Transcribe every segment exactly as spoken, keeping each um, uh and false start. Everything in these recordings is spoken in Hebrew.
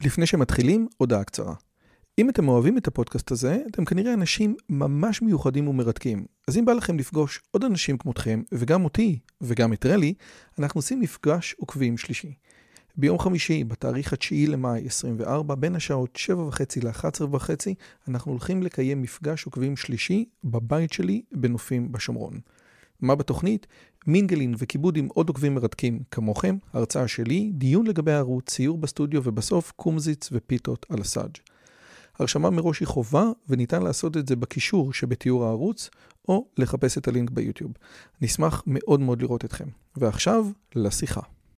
לפני שמתחילים, הודעה קצרה. אם אתם אוהבים את הפודקאסט הזה, אתם כנראה אנשים ממש מיוחדים ומרתקים. אז אם בא לכם לפגוש עוד אנשים כמותכם, וגם אותי, וגם את רלי, אנחנו עושים מפגש עוקבים שלישי. ביום חמישי, בתאריך התשיעי למאי עשרים וארבע, בין השעות שבע וחצי ל-אחת עשרה וחצי, אנחנו הולכים לקיים מפגש עוקבים שלישי בבית שלי בנופים בשומרון. מה בתוכנית? מינגלין וכיבוד עם עוד עוקבים מרתקים כמוכם, הרצאה שלי, דיון לגבי הערוץ, ציור בסטודיו ובסוף קומזיץ ופיתות על הסאג'. הרשמה מראש היא חובה וניתן לעשות את זה בקישור שבתיאור הערוץ או לחפש את הלינק ביוטיוב. נשמח מאוד מאוד לראות אתכם. ועכשיו לשיחה.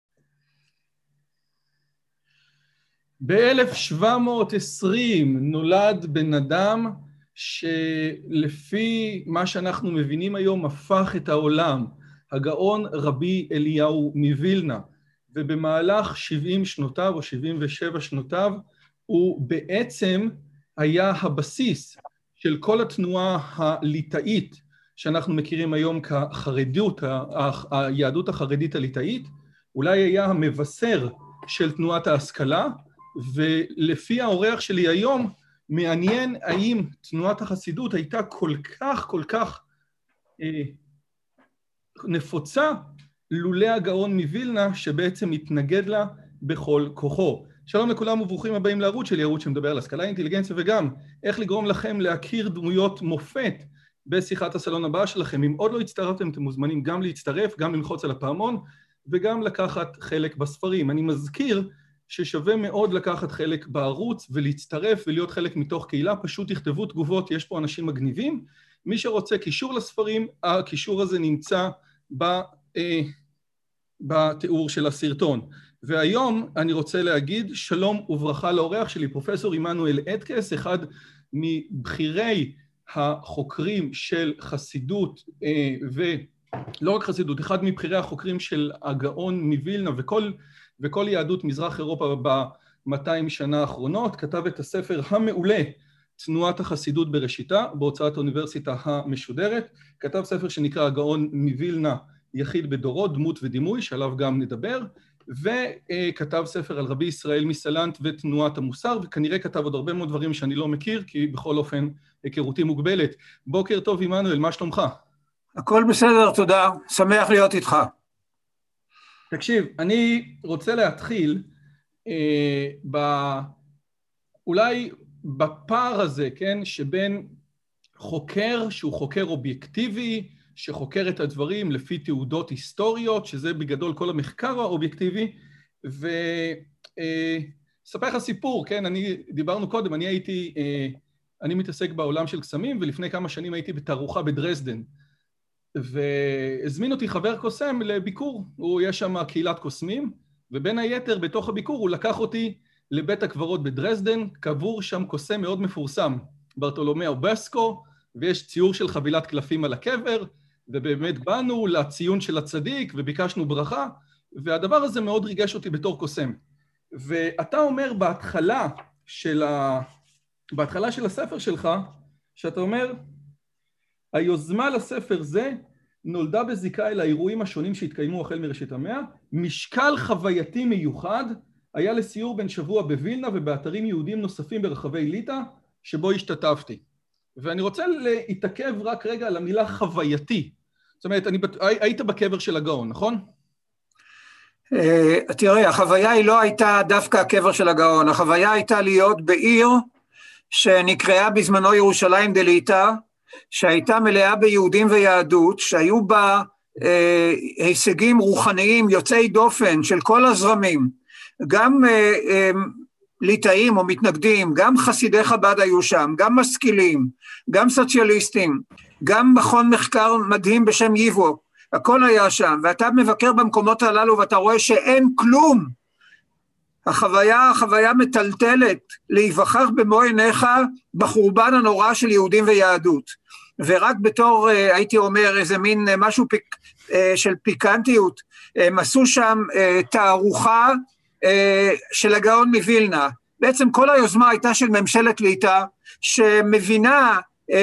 ב-אלף שבע מאות ועשרים נולד בן אדם שלפי מה שאנחנו מבינים היום הפך את העולם, הגאון רבי אליהו מווילנה, ובמהלך שבעים שנותיו או שבעים ושבע שנותיו הוא בעצם היה הבסיס של כל התנועה הליטאית שאנחנו מכירים היום כחרדיות, היהדות החרדית הליטאית, אולי היה המבשר של תנועת ההשכלה, ולפי האורח שלי היום, מעניין האם תנועת החסידות הייתה כל כך כל כך אה, נפוצה לולא הגאון מווילנה שבעצם התנגד לה בכל כוחו. שלום לכולם וברוכים הבאים לערוץ שלי, ערוץ שמדבר על השכלה, אינטליגנציה וגם איך לגרום לכם להכיר דמויות מופת בשיחת הסלון הבאה שלכם. אם עוד לא הצטרפתם אתם מוזמנים גם להצטרף, גם ללחוץ על הפעמון וגם לקחת חלק בספרים. אני מזכיר ששווה מאוד לקחת חלק בערוץ ולהצטרף ולהיות חלק מתוך קהילה, פשוט תכתבו תגובות, יש פה אנשים מגניבים. מי שרוצה קישור לספרים, הקישור הזה נמצא ב, אה, בתיאור של הסרטון. והיום אני רוצה להגיד שלום וברכה לאורח שלי, פרופסור עמנואל אדקס, אחד מבחירי החוקרים של חסידות, אה, ולא רק חסידות, אחד מבחירי החוקרים של הגאון מווילנה וכל וכל יהדות מזרח אירופה ב-מאתיים שנה האחרונות, כתב את הספר המעולה, תנועת החסידות בראשיתה, בהוצאת האוניברסיטה המשודרת, כתב ספר שנקרא הגאון מווילנה, יחיד בדורו, דמות ודימוי, שעליו גם נדבר, וכתב ספר על רבי ישראל מסלנט ותנועת המוסר, וכנראה כתב עוד הרבה מאוד דברים שאני לא מכיר, כי בכל אופן היכרותי מוגבלת. בוקר טוב עמנואל, מה שלומך? הכל בסדר, תודה, שמח להיות איתך. תקשיב, אני רוצה להתחיל אה, ב... אולי בפער הזה, כן, שבין חוקר שהוא חוקר אובייקטיבי, שחוקר את הדברים לפי תעודות היסטוריות, שזה בגדול כל המחקר האובייקטיבי, וספר לך סיפור, כן, אני, דיברנו קודם, אני הייתי, אה, אני מתעסק בעולם של קסמים, ולפני כמה שנים הייתי בתערוכה בדרזדן, והזמין אותי חבר קוסם לביקור, הוא יש שם קהילת קוסמים, ובין היתר בתוך הביקור הוא לקח אותי לבית הקברות בדרזדן, קבור שם קוסם מאוד מפורסם, ברטולומיאו בסקו, ויש ציור של חבילת קלפים על הקבר, ובאמת באנו לציון של הצדיק וביקשנו ברכה, והדבר הזה מאוד ריגש אותי בתור קוסם. ואתה אומר בהתחלה של, ה... בהתחלה של הספר שלך, שאתה אומר, היוזמה לספר זה נולדה בזיקה אל האירועים השונים שהתקיימו החל מראשית המאה, משקל חווייתי מיוחד היה לסיור בין שבוע בווילנה ובאתרים יהודים נוספים ברחבי ליטא שבו השתתפתי. ואני רוצה להתעכב רק רגע על המילה חווייתי. זאת אומרת, אני, היית בקבר של הגאון, נכון? תראה, החוויה היא לא הייתה דווקא הקבר של הגאון, החוויה הייתה להיות בעיר שנקראה בזמנו ירושלים דליטא, שהייתה מלאה ביהודים ויהדות, שהיו בה אה, הישגים רוחניים יוצאי דופן של כל הזרמים, גם אה, אה, ליטאים או מתנגדים, גם חסידי חב"ד היו שם, גם משכילים, גם סוציאליסטים, גם מכון מחקר מדהים בשם ייבו, הכל היה שם, ואתה מבקר במקומות הללו ואתה רואה שאין כלום, החוויה, החוויה מטלטלת להיווכח במו עיניך בחורבן הנורא של יהודים ויהדות, ורק בתור, הייתי אומר, איזה מין משהו פיק, של פיקנטיות, הם עשו שם תערוכה של הגאון מווילנה, בעצם כל היוזמה הייתה של ממשלת ליטא, שמבינה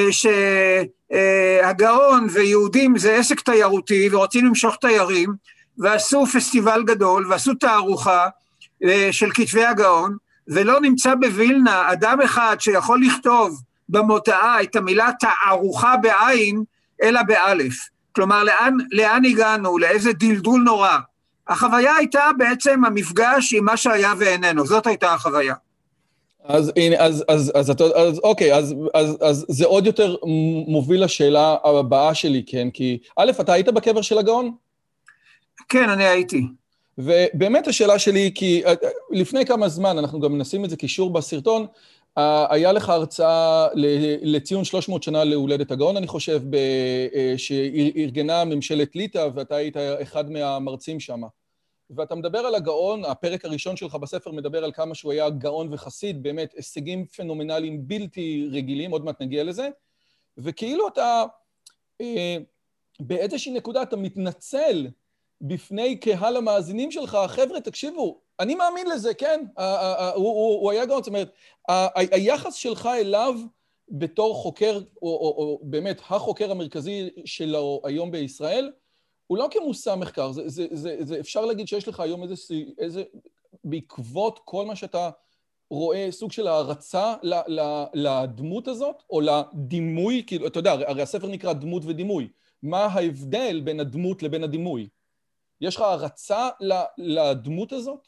שהגאון ויהודים זה עסק תיירותי, ורוצים למשוך תיירים, ועשו פסטיבל גדול, ועשו תערוכה של כתבי הגאון, ולא נמצא בווילנה אדם אחד שיכול לכתוב במודעה את המילה תערוכה בעין, אלא באלף. כלומר, לאן, לאן הגענו, לאיזה דלדול נורא. החוויה הייתה בעצם המפגש עם מה שהיה ואיננו, זאת הייתה החוויה. אז הנה, אז, אז, אז, אז, אז אוקיי, אז, אז, אז זה עוד יותר מוביל לשאלה הבאה שלי, כן? כי א', אתה היית בקבר של הגאון? כן, אני הייתי. ובאמת השאלה שלי, כי לפני כמה זמן, אנחנו גם נשים את זה קישור בסרטון, היה לך הרצאה לציון שלוש מאות שנה להולדת הגאון, אני חושב, שארגנה ממשלת ליטא, ואתה היית אחד מהמרצים שם. ואתה מדבר על הגאון, הפרק הראשון שלך בספר מדבר על כמה שהוא היה גאון וחסיד, באמת הישגים פנומנליים בלתי רגילים, עוד מעט נגיע לזה, וכאילו אתה, באיזושהי נקודה אתה מתנצל בפני קהל המאזינים שלך, חבר'ה, תקשיבו, אני מאמין לזה, כן? הוא היה גאון, זאת אומרת, היחס שלך אליו בתור חוקר, או באמת החוקר המרכזי שלו היום בישראל, הוא לא כמושא מחקר, זה, זה, זה, זה אפשר להגיד שיש לך היום איזה, איזה, בעקבות כל מה שאתה רואה, סוג של הערצה לדמות הזאת, או לדימוי, כאילו, אתה יודע, הרי הספר נקרא דמות ודימוי, מה ההבדל בין הדמות לבין הדימוי? יש לך הערצה לדמות הזאת?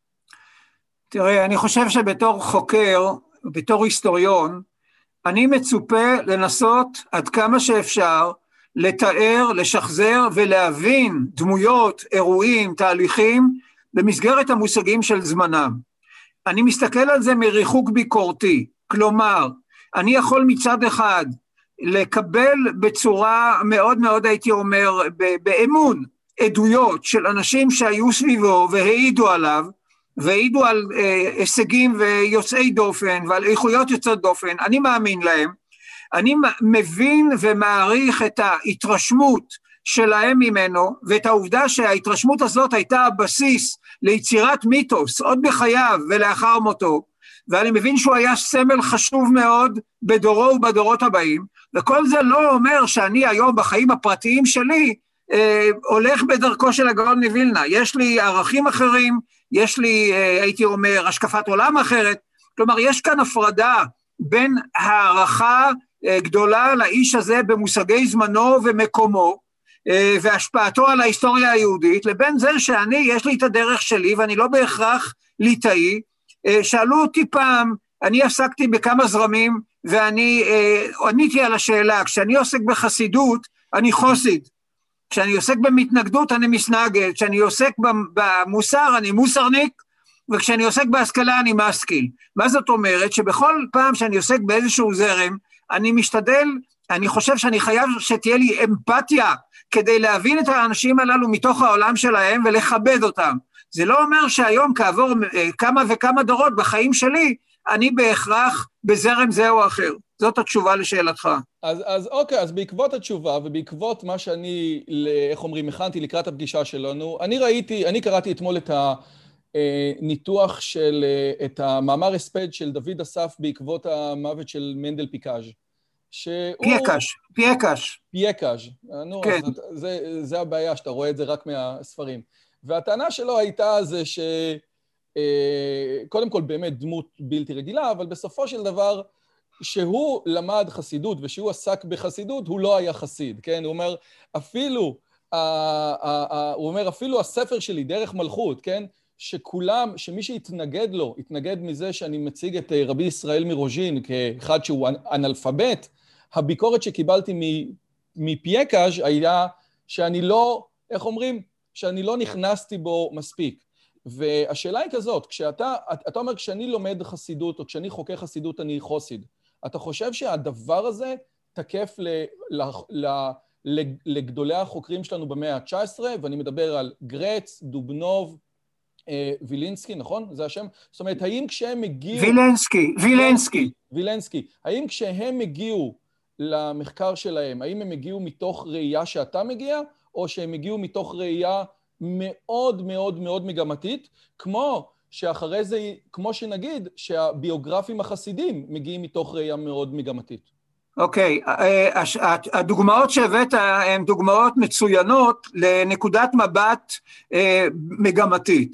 תראה, אני חושב שבתור חוקר, בתור היסטוריון, אני מצופה לנסות עד כמה שאפשר, לתאר, לשחזר ולהבין דמויות, אירועים, תהליכים, במסגרת המושגים של זמנם. אני מסתכל על זה מריחוק ביקורתי, כלומר, אני יכול מצד אחד לקבל בצורה מאוד מאוד, הייתי אומר, באמון, עדויות של אנשים שהיו סביבו והעידו עליו, והעידו על אה, הישגים ויוצאי דופן ועל איכויות יוצאות דופן, אני מאמין להם, אני מבין ומעריך את ההתרשמות שלהם ממנו, ואת העובדה שההתרשמות הזאת הייתה הבסיס ליצירת מיתוס, עוד בחייו ולאחר מותו, ואני מבין שהוא היה סמל חשוב מאוד בדורו ובדורות הבאים, וכל זה לא אומר שאני היום בחיים הפרטיים שלי, אה, הולך בדרכו של הגאון מווילנה, יש לי ערכים אחרים, יש לי, אה, הייתי אומר, השקפת עולם אחרת, כלומר יש כאן הפרדה בין הערכה גדולה לאיש הזה במושגי זמנו ומקומו, והשפעתו על ההיסטוריה היהודית, לבין זה שאני, יש לי את הדרך שלי, ואני לא בהכרח ליטאי. שאלו אותי פעם, אני עסקתי בכמה זרמים, ואני עניתי על השאלה, כשאני עוסק בחסידות, אני חוסיד, כשאני עוסק במתנגדות, אני מסנגד, כשאני עוסק במוסר, אני מוסרניק, וכשאני עוסק בהשכלה, אני משכיל. מה זאת אומרת? שבכל פעם שאני עוסק באיזשהו זרם, אני משתדל, אני חושב שאני חייב שתהיה לי אמפתיה, כדי להבין את האנשים הללו מתוך העולם שלהם, ולכבד אותם. זה לא אומר שהיום כעבור כמה וכמה דורות בחיים שלי, אני בהכרח בזרם זה או אחר. זאת התשובה לשאלתך. אז, אז אוקיי, אז בעקבות התשובה, ובעקבות מה שאני, איך אומרים, הכנתי לקראת הפגישה שלנו, אני ראיתי, אני קראתי אתמול את הניתוח של, את המאמר הספד של דוד אסף, בעקבות המוות של מנדל פיקאז'. פייקש, פייקש. פייקש, נו, כן. אז זה, זה הבעיה, שאתה רואה את זה רק מהספרים. והטענה שלו הייתה זה ש... קודם כל באמת דמות בלתי רגילה, אבל בסופו של דבר, שהוא למד חסידות ושהוא עסק בחסידות, הוא לא היה חסיד, כן? הוא אומר, אפילו, הוא אומר, אפילו הספר שלי, דרך מלכות, כן? שכולם, שמי שהתנגד לו, התנגד מזה שאני מציג את רבי ישראל מרוז'ין כאחד שהוא אנאלפבית, הביקורת שקיבלתי מפייקאז' היה שאני לא, איך אומרים? שאני לא נכנסתי בו מספיק. והשאלה היא כזאת, כשאתה, אתה אומר, כשאני לומד חסידות, או כשאני חוקר חסידות, אני חוסיד. אתה חושב שהדבר הזה תקף ל, ל, ל, לגדולי החוקרים שלנו במאה ה-תשע עשרה, ואני מדבר על גרץ, דובנוב, וילינסקי, נכון? זה השם? זאת אומרת, האם כשהם הגיעו... וילנסקי, וילנסקי. וילנסקי. האם כשהם הגיעו למחקר שלהם, האם הם הגיעו מתוך ראייה שאתה מגיע, או שהם הגיעו מתוך ראייה מאוד מאוד מאוד מגמתית, כמו שאחרי זה, כמו שנגיד, שהביוגרפים החסידים מגיעים מתוך ראייה מאוד מגמתית. אוקיי, הדוגמאות שהבאת הן דוגמאות מצוינות לנקודת מבט מגמתית.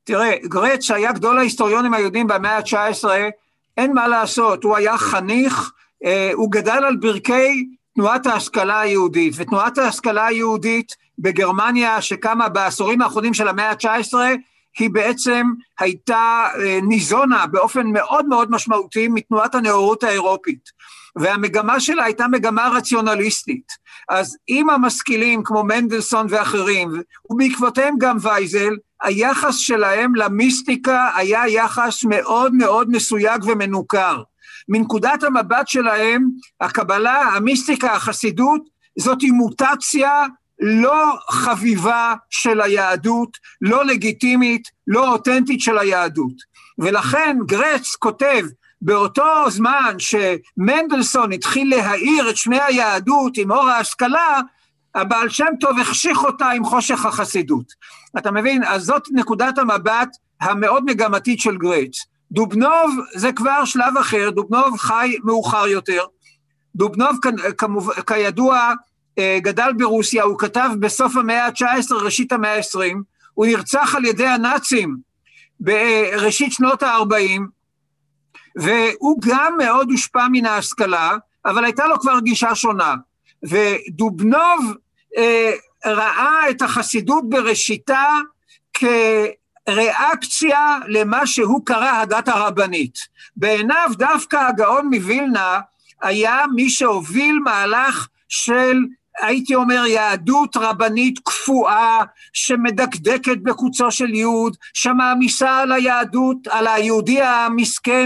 תראה, גרץ היה גדול ההיסטוריונים היהודים במאה ה-תשע עשרה, אין מה לעשות, הוא היה חניך, אה, הוא גדל על ברכי תנועת ההשכלה היהודית, ותנועת ההשכלה היהודית בגרמניה שקמה בעשורים האחרונים של המאה ה-תשע עשרה, היא בעצם הייתה אה, ניזונה באופן מאוד מאוד משמעותי מתנועת הנאורות האירופית, והמגמה שלה הייתה מגמה רציונליסטית. אז עם המשכילים כמו מנדלסון ואחרים, ובעקבותיהם גם וייזל, היחס שלהם למיסטיקה היה יחס מאוד מאוד מסויג ומנוכר. מנקודת המבט שלהם, הקבלה, המיסטיקה, החסידות, זאת מוטציה לא חביבה של היהדות, לא לגיטימית, לא אותנטית של היהדות. ולכן גרץ כותב, באותו זמן שמנדלסון התחיל להאיר את שמי היהדות עם אור ההשכלה, הבעל שם טוב החשיך אותה עם חושך החסידות. אתה מבין? אז זאת נקודת המבט המאוד מגמתית של גרץ. דובנוב זה כבר שלב אחר, דובנוב חי מאוחר יותר. דובנוב כידוע גדל ברוסיה, הוא כתב בסוף המאה ה-תשע עשרה, ראשית המאה ה-עשרים, הוא נרצח על ידי הנאצים בראשית שנות ה-ארבעים, והוא גם מאוד הושפע מן ההשכלה, אבל הייתה לו כבר גישה שונה. ודובנוב אה, ראה את החסידות בראשיתה כריאקציה למה שהוא קרא הדת הרבנית. בעיניו דווקא הגאון מווילנה היה מי שהוביל מהלך של, הייתי אומר, יהדות רבנית קפואה, שמדקדקת בקוצו של יהוד, שמעמיסה על היהדות, על היהודי המסכן,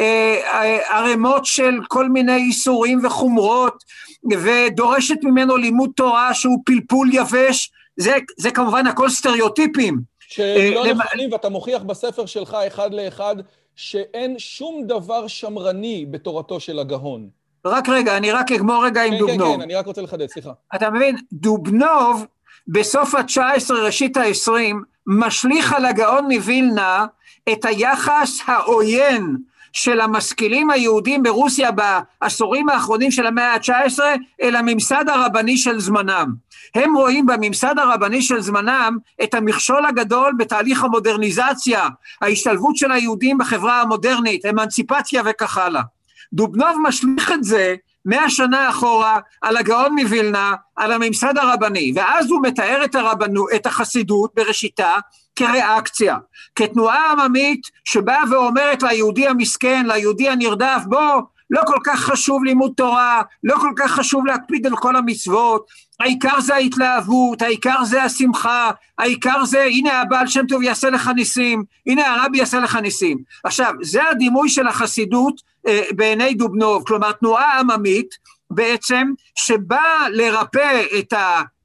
ערימות של כל מיני איסורים וחומרות, ודורשת ממנו לימוד תורה שהוא פלפול יבש. זה, זה כמובן הכל סטריאוטיפים. שלא נכונים, ואתה מוכיח בספר שלך אחד לאחד, שאין שום דבר שמרני בתורתו של הגאון. רק רגע, אני רק אגמור רגע עם דובנוב. כן, כן, אני רק רוצה לחדד, סליחה. אתה מבין, דובנוב בסוף ה-תשע עשרה, ראשית ה-עשרים, משליך על הגאון מווילנה את היחס העוין של המשכילים היהודים ברוסיה בעשורים האחרונים של המאה ה-תשע עשרה, אל הממסד הרבני של זמנם. הם רואים בממסד הרבני של זמנם את המכשול הגדול בתהליך המודרניזציה, ההשתלבות של היהודים בחברה המודרנית, אמנציפציה וכך הלאה. דובנוב משליך את זה מאה שנה אחורה על הגאון מווילנה, על הממסד הרבני, ואז הוא מתאר את הרבנו, את החסידות בראשיתה כריאקציה, כתנועה עממית שבאה ואומרת ליהודי המסכן, ליהודי הנרדף, בוא, לא כל כך חשוב לימוד תורה, לא כל כך חשוב להקפיד על כל המצוות, העיקר זה ההתלהבות, העיקר זה השמחה, העיקר זה, הנה הבעל שם טוב יעשה לך ניסים, הנה הרבי יעשה לך ניסים. עכשיו, זה הדימוי של החסידות אה, בעיני דובנוב, כלומר תנועה עממית בעצם, שבאה לרפא את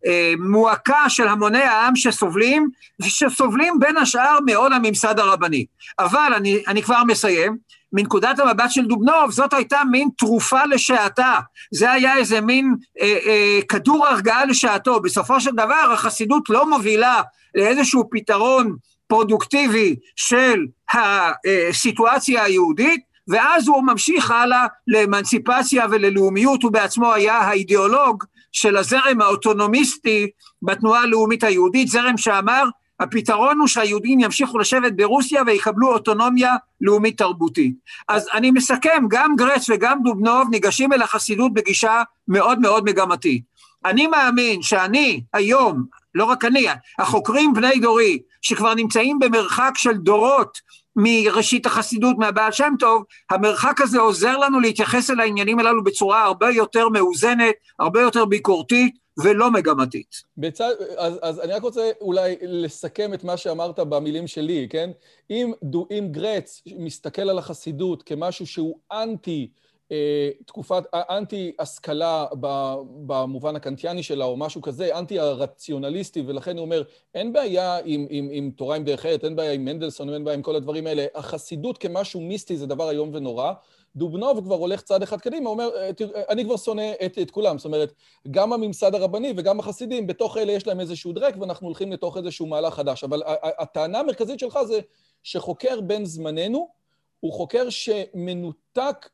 המועקה של המוני העם שסובלים, ושסובלים בין השאר מאוד הממסד הרבני. אבל אני, אני כבר מסיים, מנקודת המבט של דובנוב, זאת הייתה מין תרופה לשעתה, זה היה איזה מין אה, אה, כדור הרגעה לשעתו, בסופו של דבר החסידות לא מובילה לאיזשהו פתרון פרודוקטיבי של הסיטואציה היהודית, ואז הוא ממשיך הלאה לאמנציפציה וללאומיות, הוא בעצמו היה האידיאולוג של הזרם האוטונומיסטי בתנועה הלאומית היהודית, זרם שאמר, הפתרון הוא שהיהודים ימשיכו לשבת ברוסיה ויקבלו אוטונומיה לאומית תרבותית. אז אני מסכם, גם גרץ וגם דובנוב ניגשים אל החסידות בגישה מאוד מאוד מגמתית. אני מאמין שאני היום, לא רק אני, החוקרים בני דורי, שכבר נמצאים במרחק של דורות מראשית החסידות, מהבעל שם טוב, המרחק הזה עוזר לנו להתייחס אל העניינים הללו בצורה הרבה יותר מאוזנת, הרבה יותר ביקורתית, ולא מגמתית. בצד, אז, אז אני רק רוצה אולי לסכם את מה שאמרת במילים שלי, כן? אם, אם גרץ מסתכל על החסידות כמשהו שהוא אנטי, אה, תקופת, אנטי השכלה במובן הקנטיאני שלה, או משהו כזה, אנטי הרציונליסטי, ולכן הוא אומר, אין בעיה עם, עם, עם תורה עם דרך ארץ, אין בעיה עם מנדלסון, אין בעיה עם כל הדברים האלה, החסידות כמשהו מיסטי זה דבר איום ונורא, דובנוב כבר הולך צעד אחד קדימה, הוא אומר, אני כבר שונא את, את כולם, זאת אומרת, גם הממסד הרבני וגם החסידים, בתוך אלה יש להם איזשהו דרק, ואנחנו הולכים לתוך איזשהו מהלך חדש, אבל הטענה המרכזית שלך זה שחוקר בין זמננו, הוא חוקר שמנותק,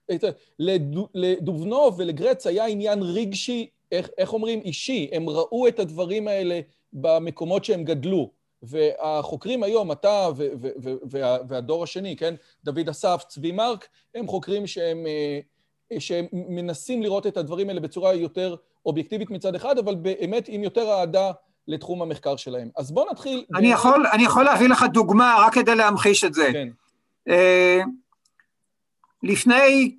לדובנוב ולגרץ היה עניין רגשי, איך, איך אומרים, אישי, הם ראו את הדברים האלה במקומות שהם גדלו, והחוקרים היום, אתה והדור השני, כן, דוד אסף, צבי מרק, הם חוקרים שהם, שהם מנסים לראות את הדברים האלה בצורה יותר אובייקטיבית מצד אחד, אבל באמת עם יותר אהדה לתחום המחקר שלהם. אז בוא נתחיל... אני יכול, אני יכול להביא לך דוגמה רק כדי להמחיש את זה. כן. לפני,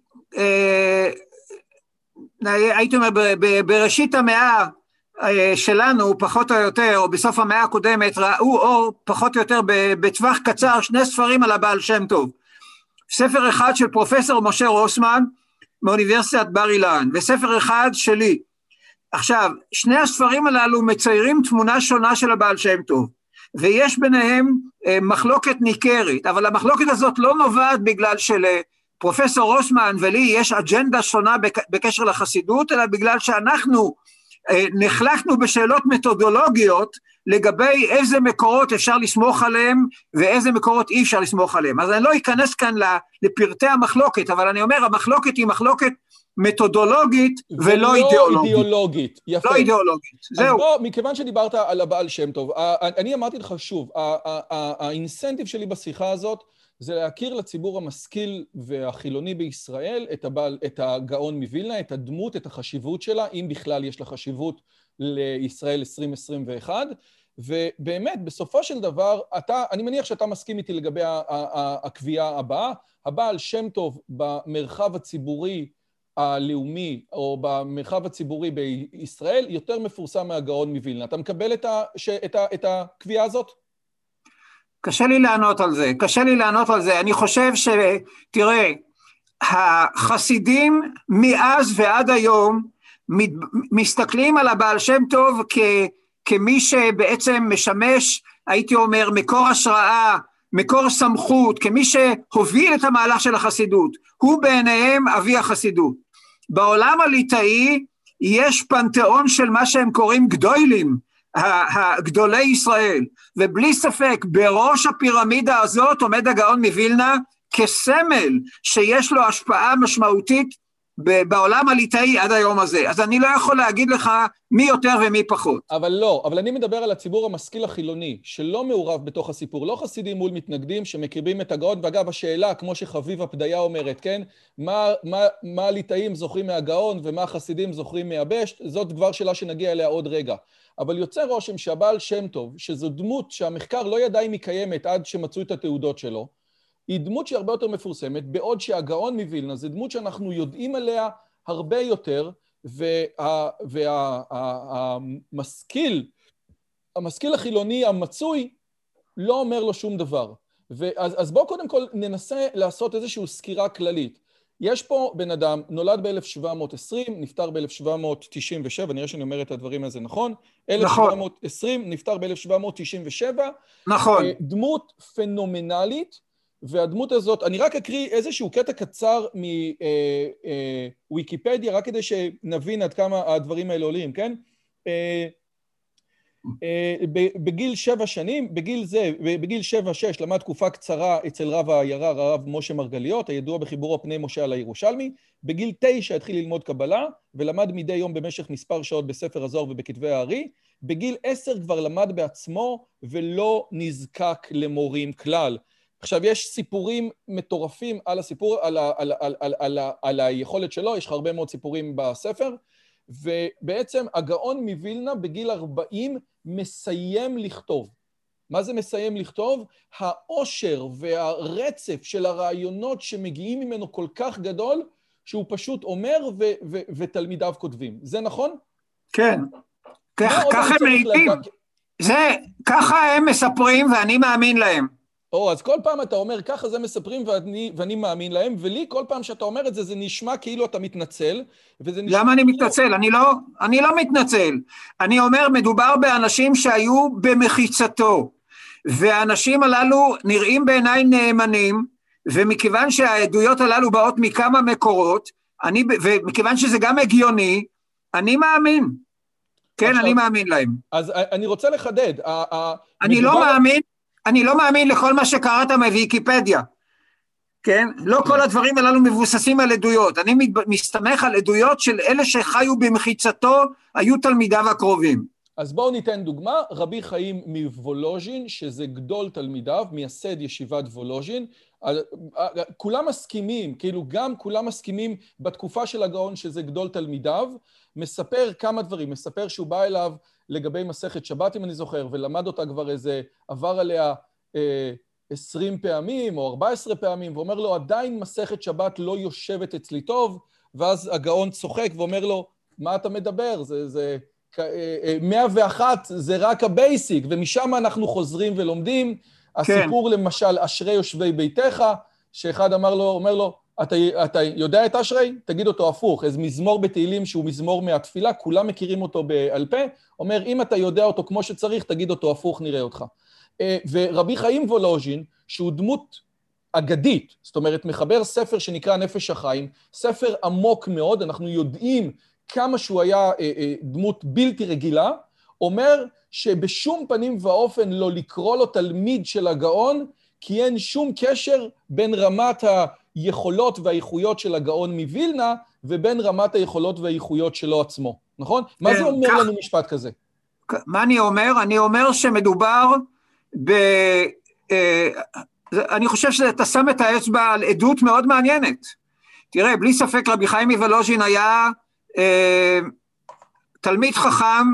הייתי אומר, בראשית המאה שלנו, פחות או יותר, או בסוף המאה הקודמת, ראו אור פחות או יותר בטווח קצר, שני ספרים על הבעל שם טוב. ספר אחד של פרופסור משה רוסמן, מאוניברסיטת בר אילן, וספר אחד שלי. עכשיו, שני הספרים הללו מציירים תמונה שונה של הבעל שם טוב, ויש ביניהם אה, מחלוקת ניכרת, אבל המחלוקת הזאת לא נובעת בגלל שלפרופסור רוסמן ולי יש אג'נדה שונה בק, בקשר לחסידות, אלא בגלל שאנחנו אה, נחלקנו בשאלות מתודולוגיות, לגבי איזה מקורות אפשר לסמוך עליהם, ואיזה מקורות אי אפשר לסמוך עליהם. אז אני לא אכנס כאן לפרטי המחלוקת, אבל אני אומר, המחלוקת היא מחלוקת מתודולוגית ולא אידיאולוגית. אידיאולוגית. יפה. לא אידיאולוגית. זהו. אז בוא, מכיוון שדיברת על הבעל שם טוב, אני אמרתי לך שוב, האינסנטיב שלי בשיחה הזאת, זה להכיר לציבור המשכיל והחילוני בישראל את, הבעל, את הגאון מווילנה, את הדמות, את החשיבות שלה, אם בכלל יש לה חשיבות לישראל עשרים עשרים ואחת, ובאמת, בסופו של דבר, אתה, אני מניח שאתה מסכים איתי לגבי הקביעה הבאה, הבעל שם טוב במרחב הציבורי הלאומי, או במרחב הציבורי בישראל, יותר מפורסם מהגאון מווילנה. אתה מקבל את, ה, את, ה, את הקביעה הזאת? קשה לי לענות על זה, קשה לי לענות על זה. אני חושב ש... תראה, החסידים מאז ועד היום מסתכלים על הבעל שם טוב כ... כמי שבעצם משמש, הייתי אומר, מקור השראה, מקור סמכות, כמי שהוביל את המהלך של החסידות. הוא בעיניהם אבי החסידות. בעולם הליטאי יש פנתיאון של מה שהם קוראים גדולים, הגדולי ישראל, ובלי ספק בראש הפירמידה הזאת עומד הגאון מווילנה כסמל שיש לו השפעה משמעותית בעולם הליטאי עד היום הזה. אז אני לא יכול להגיד לך מי יותר ומי פחות. אבל לא, אבל אני מדבר על הציבור המשכיל החילוני, שלא מעורב בתוך הסיפור, לא חסידים מול מתנגדים שמקריבים את הגאון, ואגב השאלה, כמו שחביב הפדיה אומרת, כן? מה, מה, מה הליטאים זוכרים מהגאון ומה החסידים זוכרים מהבשט, זאת כבר שאלה שנגיע אליה עוד רגע. אבל יוצא רושם שהבעל שם טוב, שזו דמות שהמחקר לא ידע אם היא קיימת עד שמצאו את התעודות שלו, היא דמות שהיא הרבה יותר מפורסמת, בעוד שהגאון מווילנה זה דמות שאנחנו יודעים עליה הרבה יותר, והמשכיל, המשכיל החילוני המצוי, לא אומר לו שום דבר. ואז, אז בואו קודם כל ננסה לעשות איזושהי סקירה כללית. יש פה בן אדם, נולד ב-אלף שבע מאות עשרים, נפטר ב-אלף שבע מאות תשעים ושבע, נראה שאני אומר את הדברים הזה נכון? נכון. אלף שבע מאות עשרים, נפטר ב-אלף שבע מאות תשעים ושבע. נכון. דמות פנומנלית, והדמות הזאת, אני רק אקריא איזשהו קטע קצר מוויקיפדיה, רק כדי שנבין עד כמה הדברים האלה עולים, כן? בגיל שבע שנים, בגיל זה, בגיל שבע שש, למד תקופה קצרה אצל רב העיירה, הרב משה מרגליות, הידוע בחיבורו פני משה על הירושלמי. בגיל תשע התחיל ללמוד קבלה, ולמד מדי יום במשך מספר שעות בספר הזוהר ובכתבי הארי. בגיל עשר כבר למד בעצמו, ולא נזקק למורים כלל. עכשיו, יש סיפורים מטורפים על הסיפור, על, ה, על, על, על, על, על היכולת שלו, יש לך הרבה מאוד סיפורים בספר, ובעצם הגאון מווילנה בגיל ארבעים מסיים לכתוב. מה זה מסיים לכתוב? העושר והרצף של הרעיונות שמגיעים ממנו כל כך גדול, שהוא פשוט אומר ו- ו- ותלמידיו כותבים. זה נכון? כן. ככה הם מעידים. זה, ככה הם מספרים ואני מאמין להם. או, אז כל פעם אתה אומר, ככה זה מספרים ואני, ואני מאמין להם, ולי כל פעם שאתה אומר את זה, זה נשמע כאילו אתה מתנצל, וזה נשמע... למה אני מתנצל? אני לא, אני לא מתנצל. אני אומר, מדובר באנשים שהיו במחיצתו, והאנשים הללו נראים בעיניי נאמנים, ומכיוון שהעדויות הללו באות מכמה מקורות, אני, ומכיוון שזה גם הגיוני, אני מאמין. כן, עכשיו, אני מאמין להם. אז אני רוצה לחדד. אני לא מאמין, אני לא מאמין לכל מה שקראת מוויקיפדיה, כן? לא כל הדברים הללו מבוססים על עדויות, אני מסתמך על עדויות של אלה שחיו במחיצתו, היו תלמידיו הקרובים. אז בואו ניתן דוגמה, רבי חיים מוולוז'ין, שזה גדול תלמידיו, מייסד ישיבת וולוז'ין, כולם מסכימים, כאילו גם כולם מסכימים בתקופה של הגאון שזה גדול תלמידיו, מספר כמה דברים, מספר שהוא בא אליו לגבי מסכת שבת, אם אני זוכר, ולמד אותה כבר איזה, עבר עליה אה, עשרים פעמים או ארבע עשרה פעמים, ואומר לו, עדיין מסכת שבת לא יושבת אצלי טוב, ואז הגאון צוחק ואומר לו, מה אתה מדבר? זה, זה, מאה ואחת זה רק הבייסיק, ומשם אנחנו חוזרים ולומדים. הסיפור כן. למשל, אשרי יושבי ביתך, שאחד אמר לו, אומר לו, אתה, אתה יודע את אשרי? תגיד אותו הפוך, איזה מזמור בתהילים שהוא מזמור מהתפילה, כולם מכירים אותו בעל פה, אומר, אם אתה יודע אותו כמו שצריך, תגיד אותו הפוך, נראה אותך. ורבי חיים וולוז'ין, שהוא דמות אגדית, זאת אומרת, מחבר ספר שנקרא נפש החיים, ספר עמוק מאוד, אנחנו יודעים כמה שהוא היה דמות בלתי רגילה, אומר שבשום פנים ואופן לא לקרוא לו תלמיד של הגאון, כי אין שום קשר בין רמת היכולות והאיכויות של הגאון מווילנה, ובין רמת היכולות והאיכויות שלו עצמו, נכון? מה זה אומר לנו משפט כזה? מה אני אומר? אני אומר שמדובר ב... אני חושב שאתה שם את האצבע על עדות מאוד מעניינת. תראה, בלי ספק רבי חיים מוולוז'ין היה אה, תלמיד חכם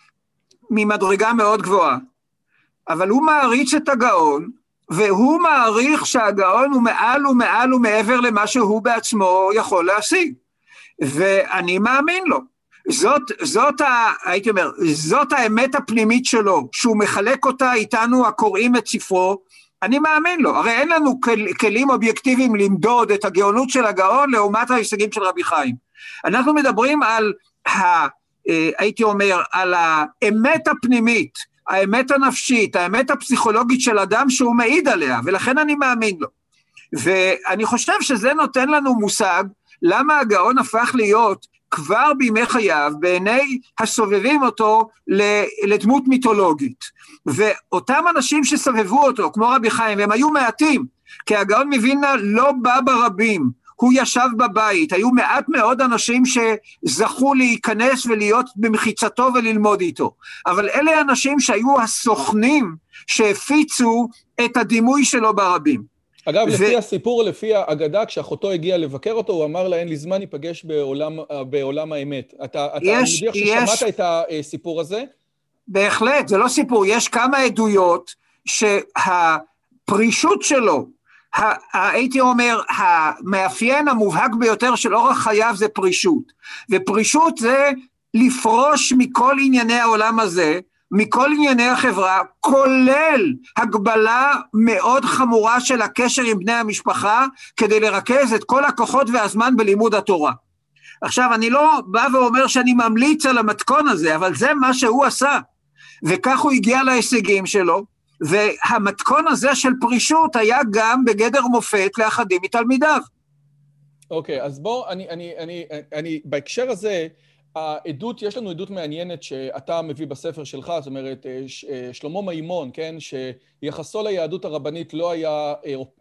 ממדרגה מאוד גבוהה, אבל הוא מעריץ את הגאון, והוא מעריך שהגאון הוא מעל ומעל ומעבר למה שהוא בעצמו יכול להשיג, ואני מאמין לו. זאת, זאת ה, הייתי אומר, זאת האמת הפנימית שלו, שהוא מחלק אותה איתנו הקוראים את ספרו, אני מאמין לו. הרי אין לנו כל, כלים אובייקטיביים למדוד את הגאונות של הגאון לעומת ההישגים של רבי חיים. אנחנו מדברים על, ה, הייתי אומר, על האמת הפנימית, האמת הנפשית, האמת הפסיכולוגית של אדם שהוא מעיד עליה, ולכן אני מאמין לו. ואני חושב שזה נותן לנו מושג, למה הגאון הפך להיות כבר בימי חייו, בעיני הסובבים אותו לדמות מיתולוגית. ואותם אנשים שסבבו אותו, כמו רבי חיים, והם היו מעטים, כי הגאון מווילנה לא בא ברבים, הוא ישב בבית, היו מעט מאוד אנשים שזכו להיכנס ולהיות במחיצתו וללמוד איתו. אבל אלה אנשים שהיו הסוכנים שהפיצו את הדימוי שלו ברבים. אגב, לפי הסיפור, לפי האגדה, כשאחותו הגיע לבקר אותו, הוא אמר לה, אין לי זמן, ניפגש בעולם האמת. אתה מודיע ששמעת את הסיפור הזה? בהחלט, זה לא סיפור, יש כמה עדויות שהפרישות שלו, הייתי אומר, המאפיין המובהק ביותר של אורח חייו זה פרישות, ופרישות זה לפרוש מכל ענייני העולם הזה, מכל ענייני החברה, כולל הגבלה מאוד חמורה של הקשר עם בני המשפחה, כדי לרכז את כל הכוחות והזמן בלימוד התורה. עכשיו, אני לא בא ואומר שאני ממליץ על המתכון הזה, אבל זה מה שהוא עשה, וכך הוא הגיע להישגים שלו, והמתכון הזה של פרישות היה גם בגדר מופת לאחדים מתלמידיו. אוקיי, אז בוא, אני, אני, אני, אני, בהקשר הזה, העדות, יש לנו עדות מעניינת שאתה מביא בספר שלך, זאת אומרת, שלמה מימון, כן, שיחסו ליהדות הרבנית לא היה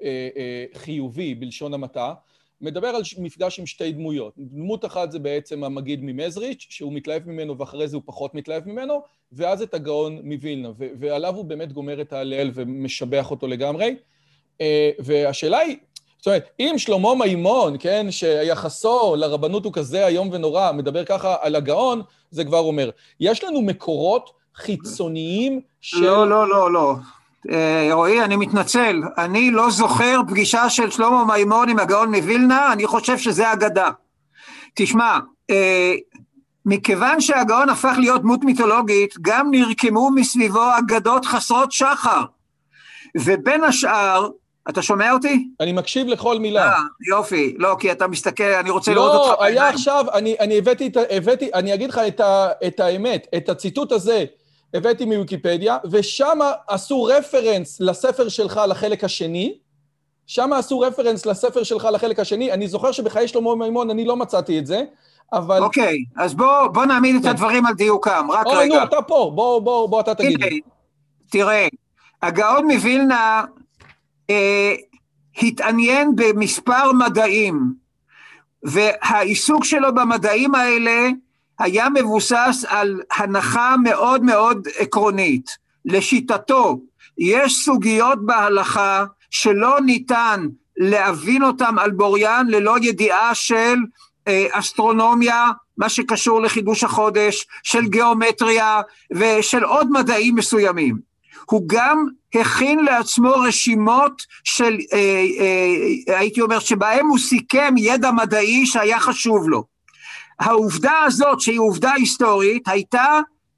חיובי בלשון המעטה, מדבר על מפגש עם שתי דמויות. דמות אחת זה בעצם המגיד ממזריץ', שהוא מתלהב ממנו ואחרי זה הוא פחות מתלהב ממנו, ואז את הגאון מווילנה, ועליו הוא באמת גומר את ההלל ומשבח אותו לגמרי. והשאלה היא, זאת אומרת, אם שלמה מימון, כן, שיחסו לרבנות הוא כזה היום ונורא, מדבר ככה על הגאון, זה כבר אומר. יש לנו מקורות חיצוניים של... לא, לא, לא, לא. רועי, אני מתנצל, אני לא זוכר פגישה של שלמה מימון עם הגאון מווילנה, אני חושב שזה אגדה. תשמע, מכיוון שהגאון הפך להיות דמות מיתולוגית, גם נרקמו מסביבו אגדות חסרות שחר, ובין השאר, אתה שומע אותי? אני מקשיב לכל מילה. אה, יופי, לא, כי אתה מסתכל, אני רוצה לראות אותך. לא, היה עכשיו, אני, אני הבאתי, הבאתי, אני אגיד לך את, ה, את האמת, את הציטוט הזה, הבאתי מוויקיפדיה, ושם עשו רפרנס לספר שלך לחלק השני, שם עשו רפרנס לספר שלך לחלק השני, אני זוכר שבחיי שלמה מימון אני לא מצאתי את זה, אבל... אוקיי, אז בוא, בוא נעמיד את הדברים על דיוקם, רק רגע. אוי, נו, אתה פה, בוא, בוא, בוא, אתה תגיד לי. תראה, הגאון מווילנה אה, התעניין במספר מדעים, והעיסוק שלו במדעים האלה היה מבוסס על הנחה מאוד מאוד עקרונית. לשיטתו, יש סוגיות בהלכה שלא ניתן להבין אותם על בוריין ללא ידיעה של אה, אסטרונומיה, מה שקשור לחידוש החודש, של גיאומטריה ושל עוד מדעים מסוימים. הוא גם הכין לעצמו רשימות של, אה, אה, הייתי אומר, שבהם הוא סיכם ידע מדעי שהיה חשוב לו. העובדה הזאת, שהיא עובדה היסטורית, הייתה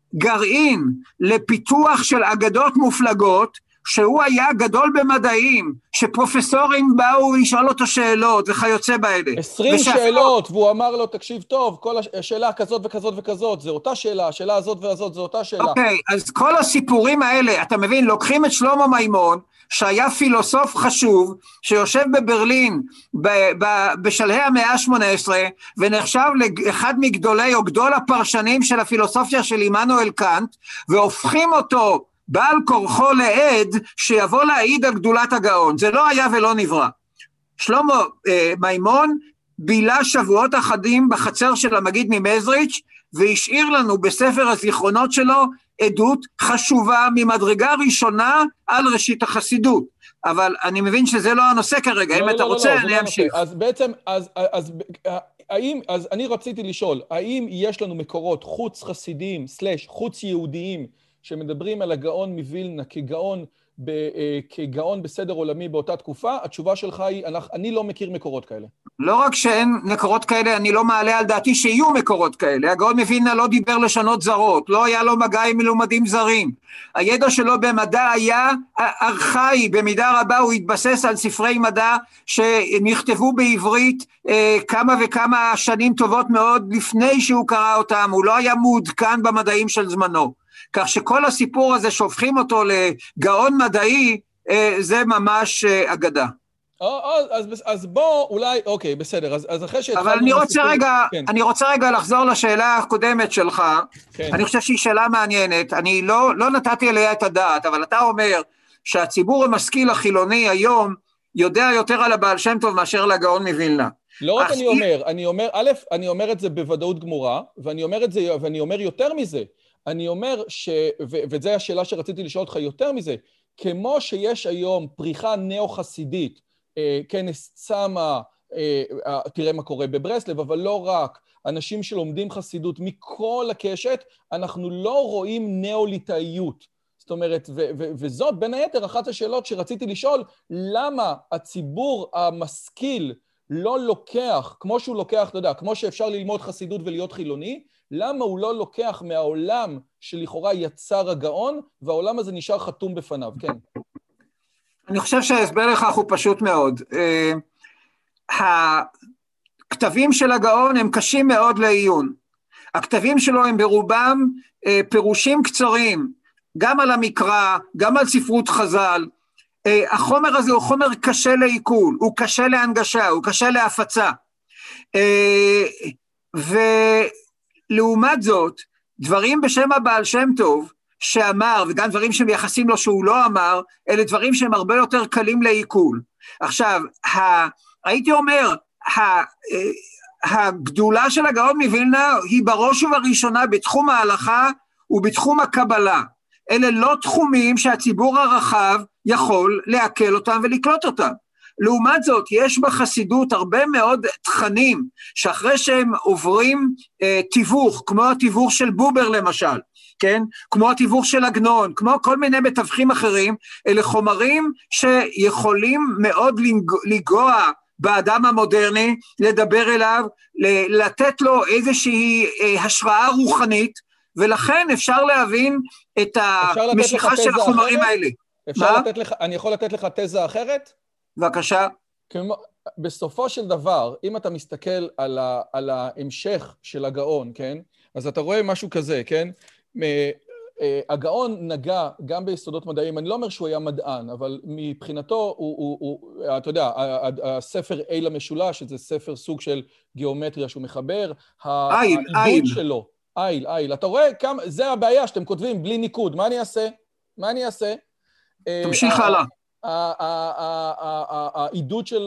גרעין לפיתוח של אגדות מופלגות, שהוא היה גדול במדעים, שפרופסורים באו לשאול אותו שאלות וכיוצא באלה. עשרים שאלות, והוא אמר לו, תקשיב טוב, כל השאלה כזאת וכזאת וכזאת, זה אותה שאלה, השאלה הזאת והזאת, זה אותה שאלה. אוקיי, אז כל הסיפורים האלה, אתה מבין, לוקחים את שלמה מימון, שהיה פילוסוף חשוב, שיושב בברלין ב- ב- בשלהי המאה ה-שמונה עשרה, ונחשב לאחד מגדולי או גדול הפרשנים של הפילוסופיה של עמנואל קאנט, והופכים אותו בעל כורחו לעד שיבוא להעיד על גדולת הגאון. זה לא היה ולא נברא. שלמה אה, מימון בילה שבועות אחדים בחצר של המגיד ממזריץ', והשאיר לנו בספר הזיכרונות שלו עדות חשובה ממדרגה ראשונה על ראשית החסידות. אבל אני מבין שזה לא הנושא כרגע, אם אתה רוצה אני אמשיך. אז בעצם, אז, אז, האם, אז אני רציתי לשאול, האם יש לנו מקורות חוץ חסידיים, סלש, חוץ יהודיים, שמדברים על הגאון מווילנה כגאון, ב, כגאון בסדר עולמי באותה תקופה? התשובה שלך היא, אני, אני לא מכיר מקורות כאלה. לא רק שאין מקורות כאלה, אני לא מעלה על דעתי שיהיו מקורות כאלה. הגאון מווילנה לא דיבר לשונות זרות, לא היה לו מגע עם מלומדים זרים. הידע שלו במדע היה ארכאי, במידה רבה הוא התבסס על ספרי מדע שנכתבו בעברית אה, כמה וכמה שנים טובות מאוד לפני שהוא קרא אותם, הוא לא היה מעודכן במדעים של זמנו. כך שכל הסיפור הזה שהופכים אותו לגאון מדעי, זה ממש אגדה. אז, אז בוא, אולי, אוקיי, בסדר, אז, אז אחרי שהתחלנו... אבל אני רוצה הסיפור, רגע, כן. אני רוצה רגע לחזור לשאלה הקודמת שלך, כן. אני חושב שהיא שאלה מעניינת, אני לא, לא נתתי עליה את הדעת, אבל אתה אומר שהציבור המשכיל החילוני היום, יודע יותר על הבעל שם טוב מאשר לגאון מווילנה. לא רק אני אומר, אני אומר, א', אני אומר את זה בוודאות גמורה, ואני אומר את זה, ואני אומר יותר מזה, אני אומר ש... ו- וזו השאלה שרציתי לשאול אותך יותר מזה, כמו שיש היום פריחה נאו-חסידית, אה, כנס צמה, אה, תראה מה קורה בברסלב, אבל לא רק, אנשים שלומדים חסידות מכל הקשת, אנחנו לא רואים נאו-ליטאיות. זאת אומרת, ו- ו- וזאת בין היתר אחת השאלות שרציתי לשאול, למה הציבור המשכיל לא לוקח, כמו שהוא לוקח, אתה יודע, כמו שאפשר ללמוד חסידות ולהיות חילוני, למה הוא לא לוקח מהעולם שלכאורה יצר הגאון, והעולם הזה נשאר חתום בפניו, כן. אני חושב שההסבר לכך הוא פשוט מאוד. הכתבים של הגאון הם קשים מאוד לעיון. הכתבים שלו הם ברובם פירושים קצרים, גם על המקרא, גם על ספרות חז"ל. החומר הזה הוא חומר קשה לעיכול, הוא קשה להנגשה, הוא קשה להפצה. ו... לעומת זאת, דברים בשם הבעל שם טוב שאמר, וגם דברים שמייחסים לו שהוא לא אמר, אלה דברים שהם הרבה יותר קלים לעיכול. עכשיו, ה, הייתי אומר, ה, הגדולה של הגאון מווילנה היא בראש ובראשונה בתחום ההלכה ובתחום הקבלה. אלה לא תחומים שהציבור הרחב יכול להקל אותם ולקלוט אותם. לעומת זאת, יש בחסידות הרבה מאוד תכנים, שאחרי שהם עוברים אה, תיווך, כמו התיווך של בובר למשל, כן? כמו התיווך של עגנון, כמו כל מיני מתווכים אחרים, אלה חומרים שיכולים מאוד לגוע באדם המודרני, לדבר אליו, לתת לו איזושהי אה, השראה רוחנית, ולכן אפשר להבין את המשיכה של החומרים האלה. אפשר לתת לך, אני יכול לתת לך תזה אחרת? בבקשה. כמו, בסופו של דבר, אם אתה מסתכל על, ה, על ההמשך של הגאון, כן? אז אתה רואה משהו כזה, כן? הגאון נגע גם ביסודות מדעיים, אני לא אומר שהוא היה מדען, אבל מבחינתו, הוא, הוא, הוא, אתה יודע, הספר איל המשולש, זה ספר סוג של גיאומטריה שהוא מחבר, איל, איל. שלו, איל, איל. אתה רואה כמה, זה הבעיה שאתם כותבים בלי ניקוד, מה אני אעשה? מה אני אעשה? תמשיך הלאה. העידוד שלו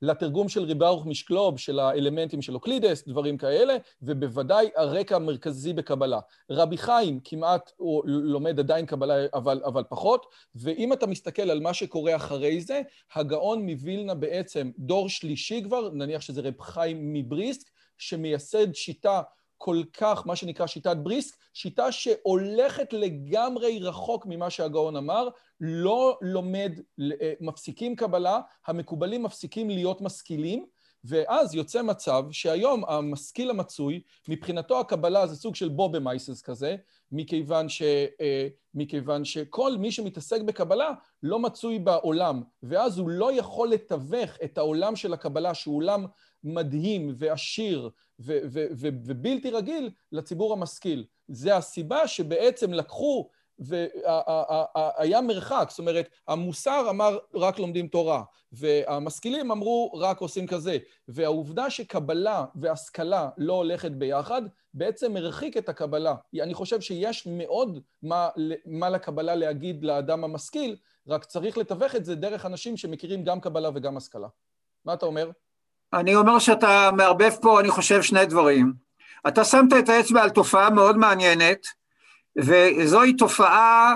לתרגום של רבי ברוך משקלוב, של האלמנטים של אוקלידס, דברים כאלה, ובוודאי הרקע המרכזי בקבלה. רבי חיים כמעט הוא לומד עדיין קבלה, אבל, אבל פחות, ואם אתה מסתכל על מה שקורה אחרי זה, הגאון מווילנה בעצם דור שלישי כבר, נניח שזה רב חיים מבריסק, שמייסד שיטה כל כך, מה שנקרא שיטת בריסק, שיטה שהולכת לגמרי רחוק ממה שהגאון אמר, לא לומד, מפסיקים קבלה, המקובלים מפסיקים להיות משכילים, ואז יוצא מצב שהיום המשכיל המצוי, מבחינתו הקבלה זה סוג של בובה מייסס כזה, מכיוון, ש, מכיוון שכל מי שמתעסק בקבלה לא מצוי בעולם, ואז הוא לא יכול לתווך את העולם של הקבלה, שהוא עולם מדהים ועשיר ו- ו- ו- ובלתי רגיל לציבור המשכיל. זה הסיבה שבעצם לקחו והיה מרחק, זאת אומרת, המוסר אמר רק לומדים תורה, והמשכילים אמרו רק עושים כזה, והעובדה שקבלה והשכלה לא הולכת ביחד, בעצם מרחיק את הקבלה. אני חושב שיש מאוד מה, מה לקבלה להגיד לאדם המשכיל, רק צריך לתווך את זה דרך אנשים שמכירים גם קבלה וגם השכלה. מה אתה אומר? אני אומר שאתה מערבב פה, אני חושב, שני דברים. אתה שמת את האצבע על תופעה מאוד מעניינת, וזוהי תופעה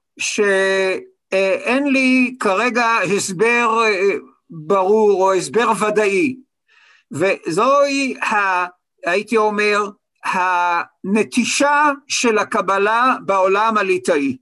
שאין לי כרגע הסבר ברור או הסבר ודאי, וזוהי, הייתי אומר, הנטישה של הקבלה בעולם הליטאי.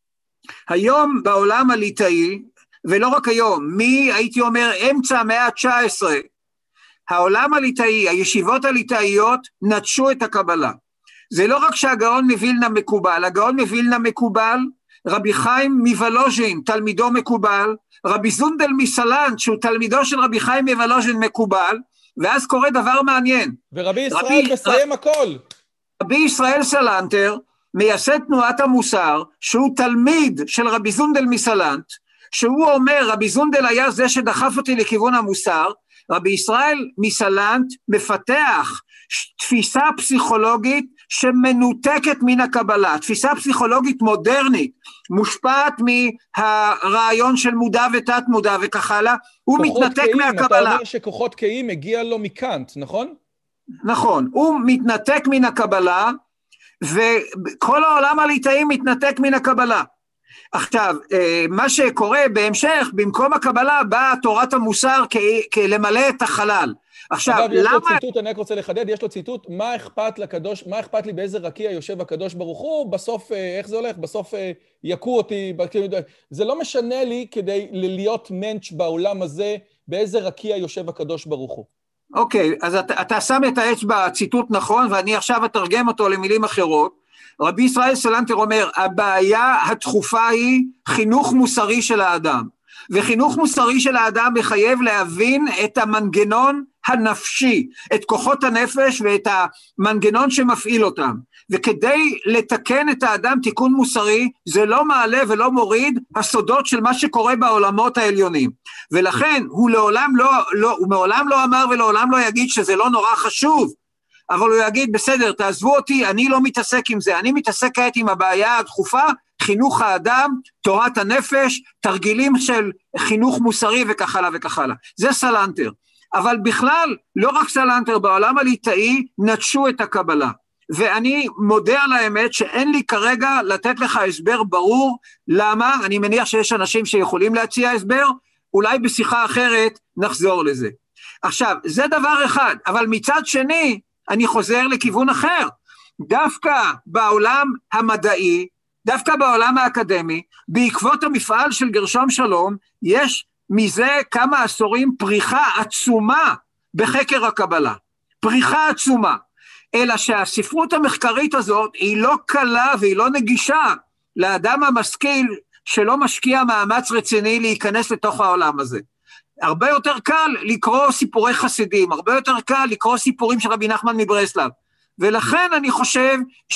היום בעולם הליטאי, ולא רק היום, מי הייתי אומר אמצע המאה ה-תשע עשרה, העולם הליטאי, הישיבות הליטאיות נטשו את הקבלה. זה לא רק שהגאון מווילנה מקובל, הגאון מווילנה מקובל, רבי חיים מוולוז'ין, תלמידו מקובל, רבי זונדל מסלנט, שהוא תלמידו של רבי חיים מוולוז'ין מקובל, ואז קורה דבר מעניין. ורבי ישראל רבי, מסיים ר... הכל. רבי ישראל סלנטר, מייסד תנועת המוסר, שהוא תלמיד של רבי זונדל מסלנט, שהוא אומר, רבי זונדל היה זה שדחף אותי לכיוון המוסר, רבי ישראל מסלנט מפתח תפיסה פסיכולוגית שמנותקת מן הקבלה, תפיסה פסיכולוגית מודרנית, מושפעת מהרעיון של מודע ותת מודע וכך הלאה, הוא מתנתק קיים, מהקבלה. אתה אומר שכוחות קיים הגיע לו מקאנט, נכון? נכון, הוא מתנתק מן הקבלה, וכל העולם הליטאי מתנתק מן הקבלה. עכשיו, מה שקורה בהמשך, במקום הקבלה באה תורת המוסר כלמלא את החלל. עכשיו, אגב, יש למה... לו ציטוט, אני רק רוצה לחדד, יש לו ציטוט, מה אכפת לקדוש, מה אכפת לי באיזה רקיע יושב הקדוש ברוך הוא, בסוף, איך זה הולך? בסוף יקו אותי, זה לא משנה לי כדי להיות מנץ' בעולם הזה, באיזה רקיע יושב הקדוש ברוך הוא. אוקיי, אז אתה, אתה שם את האצבע, ציטוט נכון, ואני עכשיו אתרגם אותו למילים אחרות. רבי ישראל סלנטר אומר, הבעיה הדחופה היא חינוך מוסרי של האדם, וחינוך מוסרי של האדם מחייב להבין את המנגנון הנפשי, את כוחות הנפש ואת המנגנון שמפעיל אותם, וכדי לתקן את האדם תיקון מוסרי, זה לא מעלה ולא מוריד הסודות של מה שקורה בעולמות העליונים, ולכן הוא לעולם לא, לא, הוא מעולם לא אמר ולעולם לא יגיד שזה לא נורא חשוב, אבל הוא יגיד, בסדר, תעזבו אותי, אני לא מתעסק עם זה, אני מתעסק כעת עם הבעיה הדחופה, חינוך האדם, תורת הנפש, תרגילים של חינוך מוסרי וכך הלאה וכך הלאה. זה סלנטר. אבל בכלל, לא רק סלנטר, בעולם הליטאי נטשו את הקבלה. ואני מודה על האמת שאין לי כרגע לתת לך הסבר ברור, למה, אני מניח שיש אנשים שיכולים להציע הסבר, אולי בשיחה אחרת נחזור לזה. עכשיו, זה דבר אחד, אבל מצד שני, אני חוזר לכיוון אחר, דווקא בעולם המדעי, דווקא בעולם האקדמי, בעקבות המפעל של גרשום שלום, יש מזה כמה עשורים פריחה עצומה בחקר הקבלה, פריחה עצומה, אלא שהספרות המחקרית הזאת היא לא קלה והיא לא נגישה לאדם המשכיל שלא משקיע מאמץ רציני להיכנס לתוך העולם הזה. הרבה יותר קל לקרוא סיפורי חסידים, הרבה יותר קל לקרוא סיפורים של רבי נחמן מברסלב, ולכן אני חושב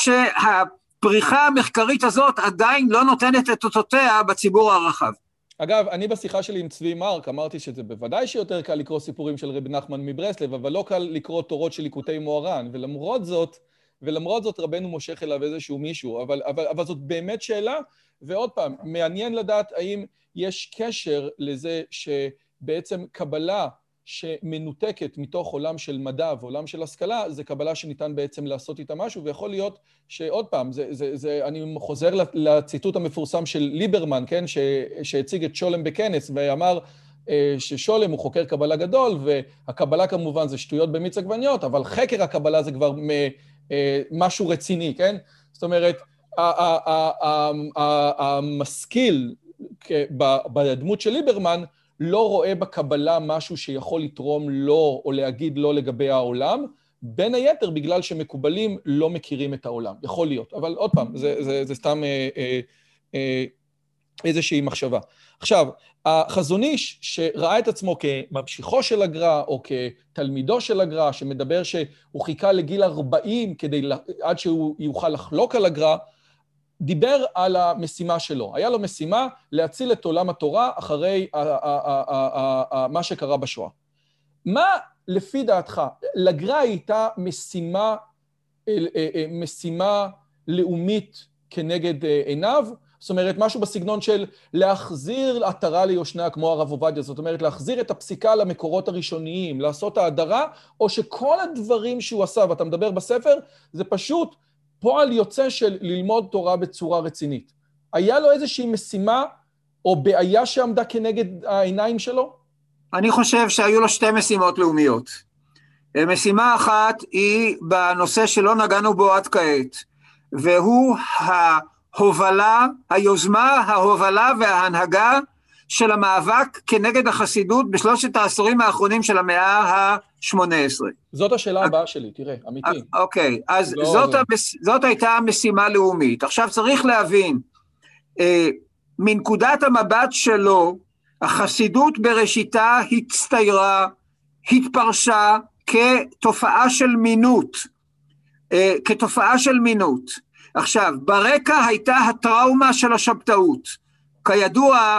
שהפריחה המחקרית הזאת עדיין לא נותנת את אותותיה בציבור הרחב. אגב, אני בשיחה שלי עם צבי מרק אמרתי שזה בוודאי שיותר קל לקרוא סיפורים של רבי נחמן מברסלב, אבל לא קל לקרוא תורות של ליקוטי מוהר"ן, ולמרות זאת, ולמרות זאת רבנו מושך אליו איזשהו מישהו, אבל, אבל, אבל זאת באמת שאלה, ועוד פעם, מעניין לדעת האם יש קשר לזה ש... בעצם קבלה שמנותקת מתוך עולם של מדע ועולם של השכלה, זה קבלה שניתן בעצם לעשות איתה משהו, ויכול להיות שעוד פעם, זה, זה, זה, אני חוזר לציטוט המפורסם של ליברמן, כן, ש, שהציג את שולם בכנס, ואמר ששולם הוא חוקר קבלה גדול, והקבלה כמובן זה שטויות במיץ עגבניות, אבל חקר הקבלה זה כבר משהו רציני, כן? זאת אומרת, המשכיל בדמות של ליברמן, לא רואה בקבלה משהו שיכול לתרום לו או להגיד לו לגבי העולם, בין היתר בגלל שמקובלים לא מכירים את העולם. יכול להיות, אבל עוד פעם, זה, זה, זה סתם אה, אה, אה, איזושהי מחשבה. עכשיו, החזון איש שראה את עצמו כממשיכו של הגר"א או כתלמידו של הגר"א, שמדבר שהוא חיכה לגיל ארבעים כדי, עד שהוא יוכל לחלוק על הגר"א, דיבר על המשימה שלו. היה לו משימה להציל את עולם התורה אחרי מה שקרה בשואה. מה לפי דעתך? לגר"א הייתה משימה, משימה לאומית כנגד עיניו? זאת אומרת, משהו בסגנון של להחזיר עטרה ליושנה כמו הרב עובדיה, זאת אומרת, להחזיר את הפסיקה למקורות הראשוניים, לעשות ההדרה, או שכל הדברים שהוא עשה, ואתה מדבר בספר, זה פשוט פועל יוצא של ללמוד תורה בצורה רצינית. היה לו איזושהי משימה או בעיה שעמדה כנגד העיניים שלו? אני חושב שהיו לו שתי משימות לאומיות. משימה אחת היא בנושא שלא נגענו בו עד כעת, והוא ההובלה, היוזמה, ההובלה וההנהגה של המאבק כנגד החסידות בשלושת העשורים האחרונים של המאה ה-שמונה עשרה. זאת השאלה הבאה שלי, תראה, אמיתי. אוקיי, אז זאת, המס... זאת הייתה המשימה לאומית. עכשיו צריך להבין, אה, מנקודת המבט שלו, החסידות בראשיתה הצטיירה, התפרשה כתופעה של מינות, אה, כתופעה של מינות. עכשיו, ברקע הייתה הטראומה של השבתאות. כידוע,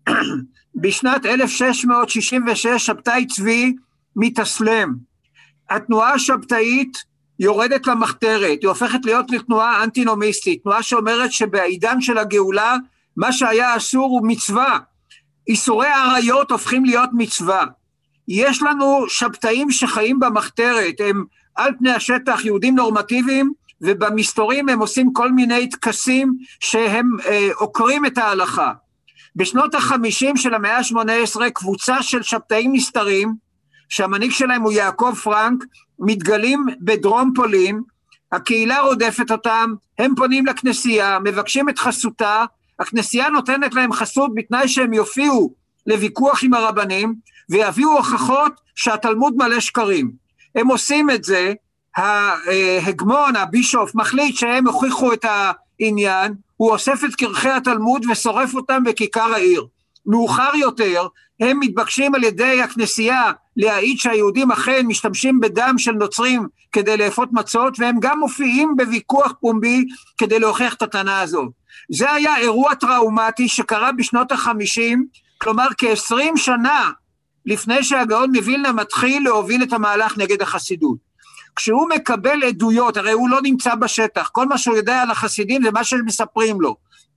בשנת אלף שש מאות שישים ושש שבתאי צבי מתאסלם. התנועה השבתאית יורדת למחתרת, היא הופכת להיות לתנועה אנטינומיסטית, תנועה שאומרת שבעידן של הגאולה, מה שהיה אסור הוא מצווה. איסורי העריות הופכים להיות מצווה. יש לנו שבתאים שחיים במחתרת, הם על פני השטח יהודים נורמטיביים, ובמסתורים הם עושים כל מיני טקסים שהם אה, עוקרים את ההלכה. בשנות החמישים של המאה ה-שמונה עשרה, קבוצה של שבתאים נסתרים, שהמנהיג שלהם הוא יעקב פרנק, מתגלים בדרום פולין, הקהילה רודפת אותם, הם פונים לכנסייה, מבקשים את חסותה, הכנסייה נותנת להם חסות בתנאי שהם יופיעו לוויכוח עם הרבנים, ויביאו הוכחות שהתלמוד מלא שקרים. הם עושים את זה, ההגמון, הבישוף, מחליט שהם הוכיחו את העניין, הוא אוסף את קרחי התלמוד ושורף אותם בכיכר העיר. מאוחר יותר, הם מתבקשים על ידי הכנסייה להעיד שהיהודים אכן משתמשים בדם של נוצרים כדי לאפות מצות, והם גם מופיעים בוויכוח פומבי כדי להוכיח את הטענה הזאת. זה היה אירוע טראומטי שקרה בשנות החמישים, כלומר כ-עשרים שנה לפני שהגאון מווילנה מתחיל להוביל את המהלך נגד החסידות. כשהוא מקבל עדויות, הרי הוא לא נמצא בשטח, כל מה שהוא יודע על החסידים זה מה שמספרים לו.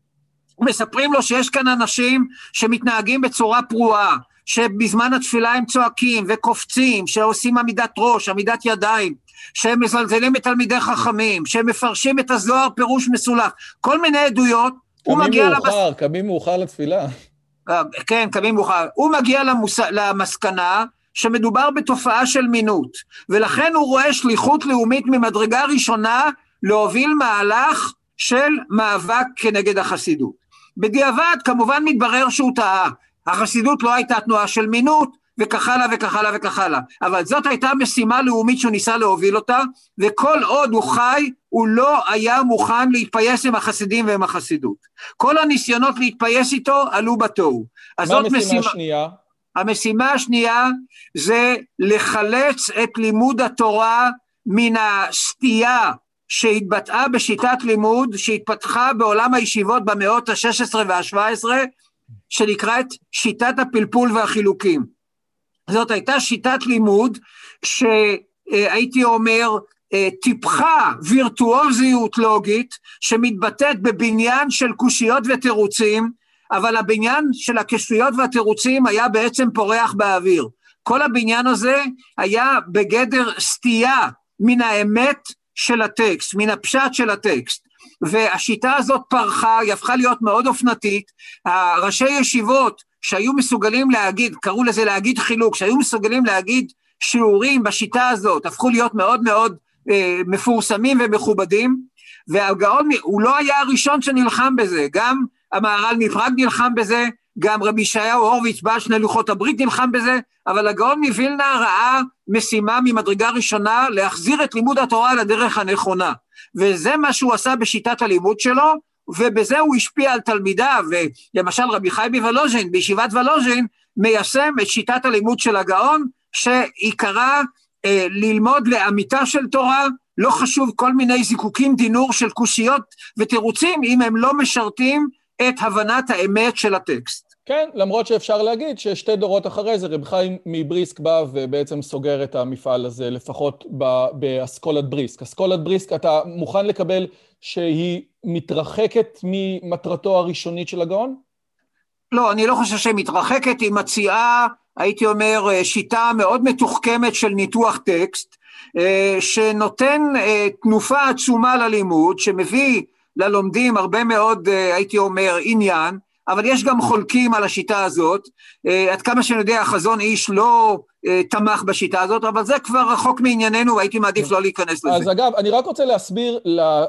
מספרים לו שיש כאן אנשים שמתנהגים בצורה פרועה, שבזמן התפילה הם צועקים וקופצים, שעושים עמידת ראש, עמידת ידיים, שהם מזלזלים בתלמידי חכמים, שהם מפרשים את הזוהר פירוש מסולח, כל מיני עדויות. קמים מאוחר, למס... קמים מאוחר לתפילה. כן, קמים מאוחר. הוא מגיע למוס... למסקנה שמדובר בתופעה של מינות, ולכן הוא רואה שליחות לאומית ממדרגה ראשונה להוביל מהלך של מאבק כנגד החסידות. בדיעבד כמובן מתברר שהוא טעה, החסידות לא הייתה תנועה של מינות, וכך הלאה וכך הלאה וכך הלאה, אבל זאת הייתה משימה לאומית שהוא ניסה להוביל אותה, וכל עוד הוא חי, הוא לא היה מוכן להתפייס עם החסידים ועם החסידות. כל הניסיונות להתפייס איתו עלו בתוהו. מה המשימה משימה... השנייה? המשימה השנייה זה לחלץ את לימוד התורה מן הסטייה שהתבטאה בשיטת לימוד שהתפתחה בעולם הישיבות במאות ה-שש עשרה וה-שבע עשרה, שנקראת שיטת הפלפול והחילוקים. זאת הייתה שיטת לימוד שהייתי אומר טיפחה וירטואוזיות לוגית שמתבטאת בבניין של קושיות ותירוצים, אבל הבניין של הקשיות והתירוצים היה בעצם פורח באוויר. כל הבניין הזה היה בגדר סטייה מן האמת של הטקסט, מן הפשט של הטקסט, והשיטה הזאת פרחה, היא הפכה להיות מאוד אופנתית. הראשי ישיבות שהיו מסוגלים להגיד, קראו לזה להגיד חילוק, שהיו מסוגלים להגיד שיעורים בשיטה הזאת, הפכו להיות מאוד מאוד אה, מפורסמים ומכובדים, והגאון הוא לא היה הראשון שנלחם בזה, גם המהר"ל מפראג נלחם בזה, גם רבי ישעיהו הורוביץ בעל שני לוחות הברית נלחם בזה, אבל הגאון מווילנה ראה משימה ממדרגה ראשונה להחזיר את לימוד התורה לדרך הנכונה, וזה מה שהוא עשה בשיטת הלימוד שלו, ובזה הוא השפיע על תלמידיו, ולמשל רבי חיים מוולוז'ין בישיבת וולוז'ין מיישם את שיטת הלימוד של הגאון, שעיקרה אה, ללמוד לאמיתה של תורה, לא חשוב כל מיני זיקוקים דינור של קושיות ותירוצים, אם הם לא משרתים את הבנת האמת של הטקסט. כן, למרות שאפשר להגיד ששתי דורות אחרי זה, רב חיים מבריסק בא ובעצם סוגר את המפעל הזה, לפחות באסכולת בריסק. אסכולת בריסק, אתה מוכן לקבל שהיא מתרחקת ממטרתו הראשונית של הגאון? לא, אני לא חושב שהיא מתרחקת, היא מציעה, הייתי אומר, שיטה מאוד מתוחכמת של ניתוח טקסט, שנותן תנופה עצומה ללימוד, שמביא ללומדים הרבה מאוד, הייתי אומר, עניין, אבל יש גם חולקים על השיטה הזאת, עד כמה שאני יודע, החזון איש לא תמך בשיטה הזאת, אבל זה כבר רחוק מענייננו, והייתי מעדיף לא להיכנס לזה. אז אגב, אני רק רוצה להסביר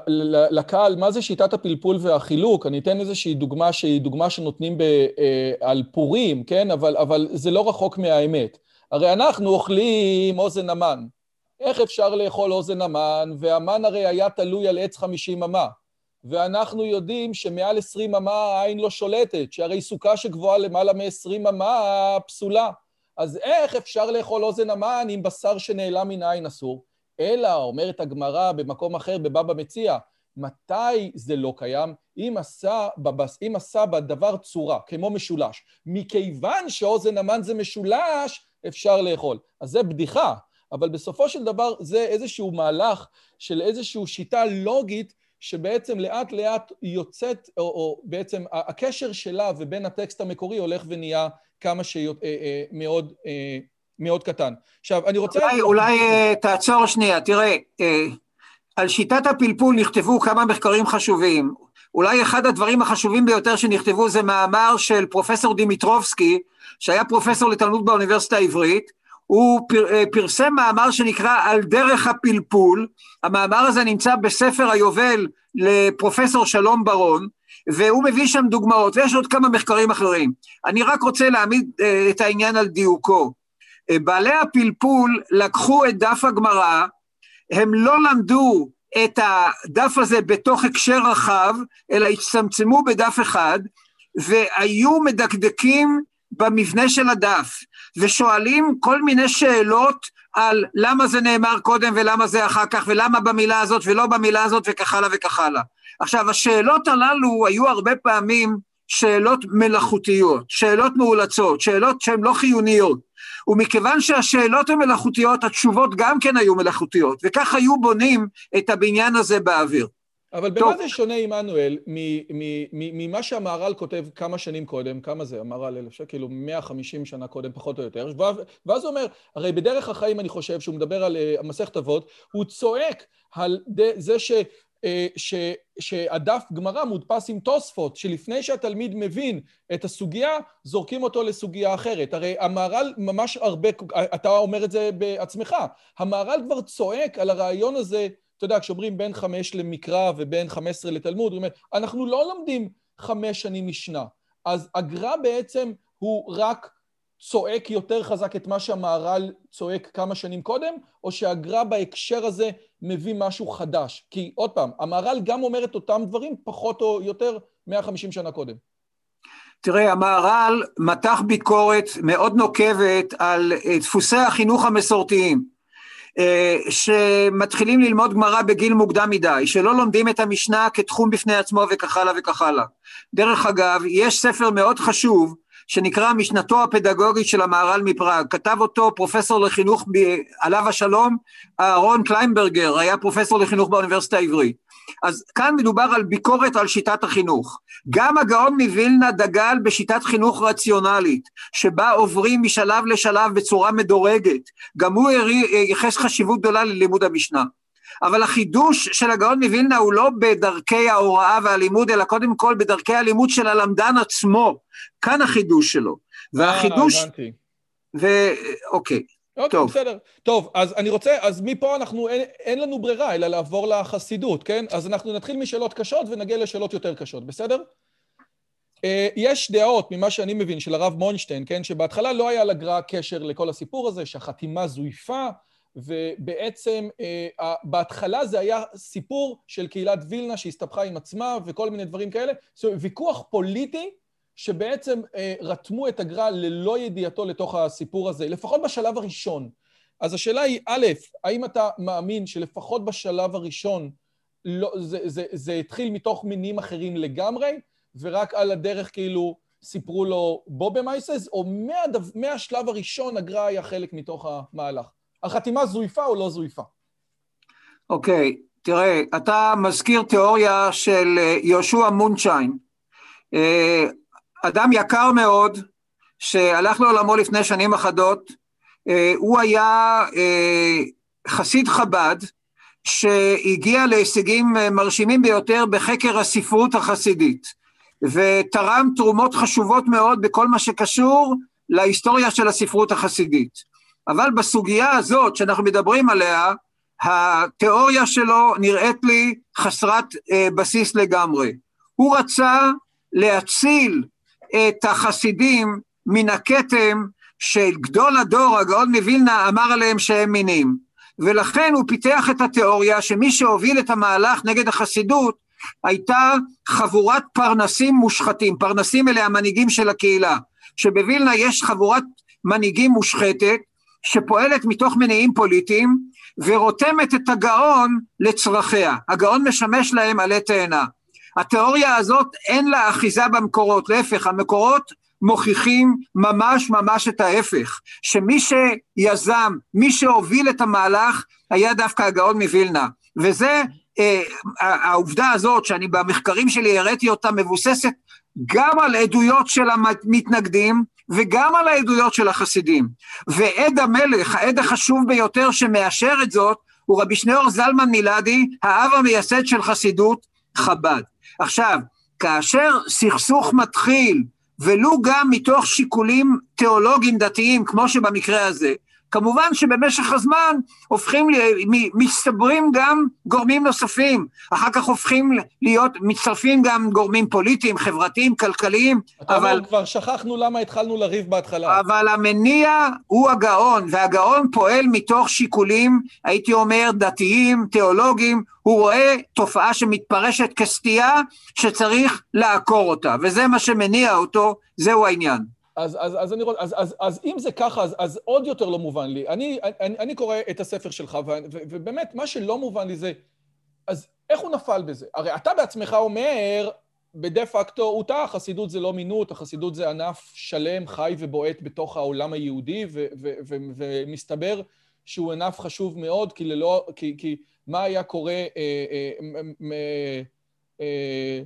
לקהל, מה זה שיטת הפלפול והחילוק, אני אתן איזושהי דוגמה, שהיא דוגמה שנותנים על פורים, כן? אבל, אבל זה לא רחוק מהאמת. הרי אנחנו אוכלים אוזן המן. איך אפשר לאכול אוזן המן? והמן הרי היה תלוי על עץ חמישים אמה. ואנחנו יודעים שמעל עשרים אמה העין לא שולטת, שהרי סוכה שגבוהה למעלה מ-עשרים אמה פסולה. אז איך אפשר לאכול אוזן המן עם בשר שנעלם מן העין אסור? אלא, אומרת הגמרא במקום אחר בבבא מציעא, מתי זה לא קיים? אם עשה, בבס, אם עשה בדבר צורה, כמו משולש. מכיוון שאוזן המן זה משולש, אפשר לאכול. אז זה בדיחה, אבל בסופו של דבר זה איזשהו מהלך של איזושהי שיטה לוגית, שבעצם לאט לאט יוצאת, או, או בעצם הקשר שלה ובין הטקסט המקורי הולך ונהיה כמה שמאוד מאוד קטן. עכשיו, אני רוצה... אולי, אולי תעצור שנייה, תראה, על שיטת הפלפול נכתבו כמה מחקרים חשובים, אולי אחד הדברים החשובים ביותר שנכתבו זה מאמר של פרופסור דימיטרובסקי, שהיה פרופסור לתלמוד באוניברסיטה העברית, הוא פרסם מאמר שנקרא על דרך הפלפול, המאמר הזה נמצא בספר היובל לפרופסור שלום ברון, והוא מביא שם דוגמאות, ויש עוד כמה מחקרים אחרים. אני רק רוצה להעמיד את העניין על דיוקו. בעלי הפלפול לקחו את דף הגמרא, הם לא למדו את הדף הזה בתוך הקשר רחב, אלא הצטמצמו בדף אחד, והיו מדקדקים במבנה של הדף, ושואלים כל מיני שאלות על למה זה נאמר קודם ולמה זה אחר כך, ולמה במילה הזאת ולא במילה הזאת וכך הלאה וכך הלאה. עכשיו, השאלות הללו היו הרבה פעמים שאלות מלאכותיות, שאלות מאולצות, שאלות שהן לא חיוניות, ומכיוון שהשאלות הן מלאכותיות, התשובות גם כן היו מלאכותיות, וכך היו בונים את הבניין הזה באוויר. אבל במה זה שונה, עמנואל, ממה שהמהר"ל כותב כמה שנים קודם, כמה זה המהר"ל אלף, כאילו מאה וחמישים שנה קודם, פחות או יותר, ואז הוא אומר, הרי בדרך החיים אני חושב שהוא מדבר על מסכת אבות, הוא צועק על זה ש... ש, שהדף גמרא מודפס עם תוספות, שלפני שהתלמיד מבין את הסוגיה, זורקים אותו לסוגיה אחרת. הרי המהר"ל ממש הרבה, אתה אומר את זה בעצמך, המהר"ל כבר צועק על הרעיון הזה, אתה יודע, כשאומרים בין חמש למקרא ובין חמש עשרה לתלמוד, הוא אומר, אנחנו לא לומדים חמש שנים משנה, אז הגר"א בעצם הוא רק צועק יותר חזק את מה שהמהר"ל צועק כמה שנים קודם, או שהגר"א בהקשר הזה מביא משהו חדש? כי עוד פעם, המהר"ל גם אומר את אותם דברים פחות או יותר מאה וחמישים שנה קודם. תראה, המהר"ל מתח ביקורת מאוד נוקבת על דפוסי החינוך המסורתיים, שמתחילים ללמוד גמרא בגיל מוקדם מדי, שלא לומדים את המשנה כתחום בפני עצמו וכך הלאה וכך הלאה. דרך אגב, יש ספר מאוד חשוב, שנקרא משנתו הפדגוגית של המהר"ל מפראג, כתב אותו פרופסור לחינוך, עליו השלום, אהרון קליינברגר, היה פרופסור לחינוך באוניברסיטה העברית. אז כאן מדובר על ביקורת על שיטת החינוך. גם הגאון מווילנה דגל בשיטת חינוך רציונלית, שבה עוברים משלב לשלב בצורה מדורגת. גם הוא ייחס חשיבות גדולה ללימוד המשנה. אבל החידוש של הגאון מווילנה הוא לא בדרכי ההוראה והלימוד, אלא קודם כל בדרכי הלימוד של הלמדן עצמו. כאן החידוש שלו. והחידוש... אה, הבנתי. ואוקיי. אוקיי, טוב. בסדר. טוב, אז אני רוצה, אז מפה אנחנו, אין, אין לנו ברירה, אלא לעבור לחסידות, כן? אז אנחנו נתחיל משאלות קשות ונגיע לשאלות יותר קשות, בסדר? יש דעות, ממה שאני מבין, של הרב מוינשטיין, כן? שבהתחלה לא היה לגר"א קשר לכל הסיפור הזה, שהחתימה זויפה, ובעצם בהתחלה זה היה סיפור של קהילת וילנה שהסתבכה עם עצמה וכל מיני דברים כאלה, זה ויכוח פוליטי שבעצם רתמו את הגר"א ללא ידיעתו לתוך הסיפור הזה, לפחות בשלב הראשון. אז השאלה היא, א', האם אתה מאמין שלפחות בשלב הראשון לא, זה, זה, זה התחיל מתוך מינים אחרים לגמרי, ורק על הדרך כאילו סיפרו לו בו במייסס, או מהדו, מהשלב הראשון הגר"א היה חלק מתוך המהלך? החתימה זויפה או לא זויפה? אוקיי, okay, תראה, אתה מזכיר תיאוריה של יהושע מונדשיין, אדם יקר מאוד, שהלך לעולמו לפני שנים אחדות, הוא היה חסיד חב"ד, שהגיע להישגים מרשימים ביותר בחקר הספרות החסידית, ותרם תרומות חשובות מאוד בכל מה שקשור להיסטוריה של הספרות החסידית. אבל בסוגיה הזאת שאנחנו מדברים עליה, התיאוריה שלו נראית לי חסרת אה, בסיס לגמרי. הוא רצה להציל את החסידים מן הכתם של גדול הדור, הגאון מווילנה אמר עליהם שהם מינים. ולכן הוא פיתח את התיאוריה שמי שהוביל את המהלך נגד החסידות, הייתה חבורת פרנסים מושחתים, פרנסים אלה המנהיגים של הקהילה, שבווילנה יש חבורת מנהיגים מושחתת, שפועלת מתוך מניעים פוליטיים, ורותמת את הגאון לצרכיה. הגאון משמש להם עלי תאנה. התיאוריה הזאת אין לה אחיזה במקורות, להפך, המקורות מוכיחים ממש ממש את ההפך, שמי שיזם, מי שהוביל את המהלך, היה דווקא הגאון מווילנה, וזה, אה, העובדה הזאת, שאני במחקרים שלי הראיתי אותה, מבוססת גם על עדויות של המתנגדים, וגם על העדויות של החסידים. ועד המלך, העד החשוב ביותר שמאשר את זאת, הוא רבי שניאור זלמן מילדי, האב המייסד של חסידות חב"ד. עכשיו, כאשר סכסוך מתחיל, ולו גם מתוך שיקולים תיאולוגיים דתיים, כמו שבמקרה הזה, כמובן שבמשך הזמן הופכים, מסתברים גם גורמים נוספים, אחר כך הופכים להיות, מצטרפים גם גורמים פוליטיים, חברתיים, כלכליים. אתה אבל... אומר, כבר שכחנו למה התחלנו לריב בהתחלה. אבל המניע הוא הגאון, והגאון פועל מתוך שיקולים, הייתי אומר, דתיים, תיאולוגיים, הוא רואה תופעה שמתפרשת כסטייה, שצריך לעקור אותה, וזה מה שמניע אותו, זהו העניין. אז, אז, אז, אני, אז, אז, אז אם זה ככה, אז, אז עוד יותר לא מובן לי. אני, אני, אני קורא את הספר שלך, ו, ו, ובאמת, מה שלא מובן לי זה, אז איך הוא נפל בזה? הרי אתה בעצמך אומר, בדה פקטו, אותה, החסידות זה לא מינות, החסידות זה ענף שלם, חי ובועט בתוך העולם היהודי, ו, ו, ו, ומסתבר שהוא ענף חשוב מאוד, כי, ללא, כי, כי מה היה קורה, אה, אה, אה, אה,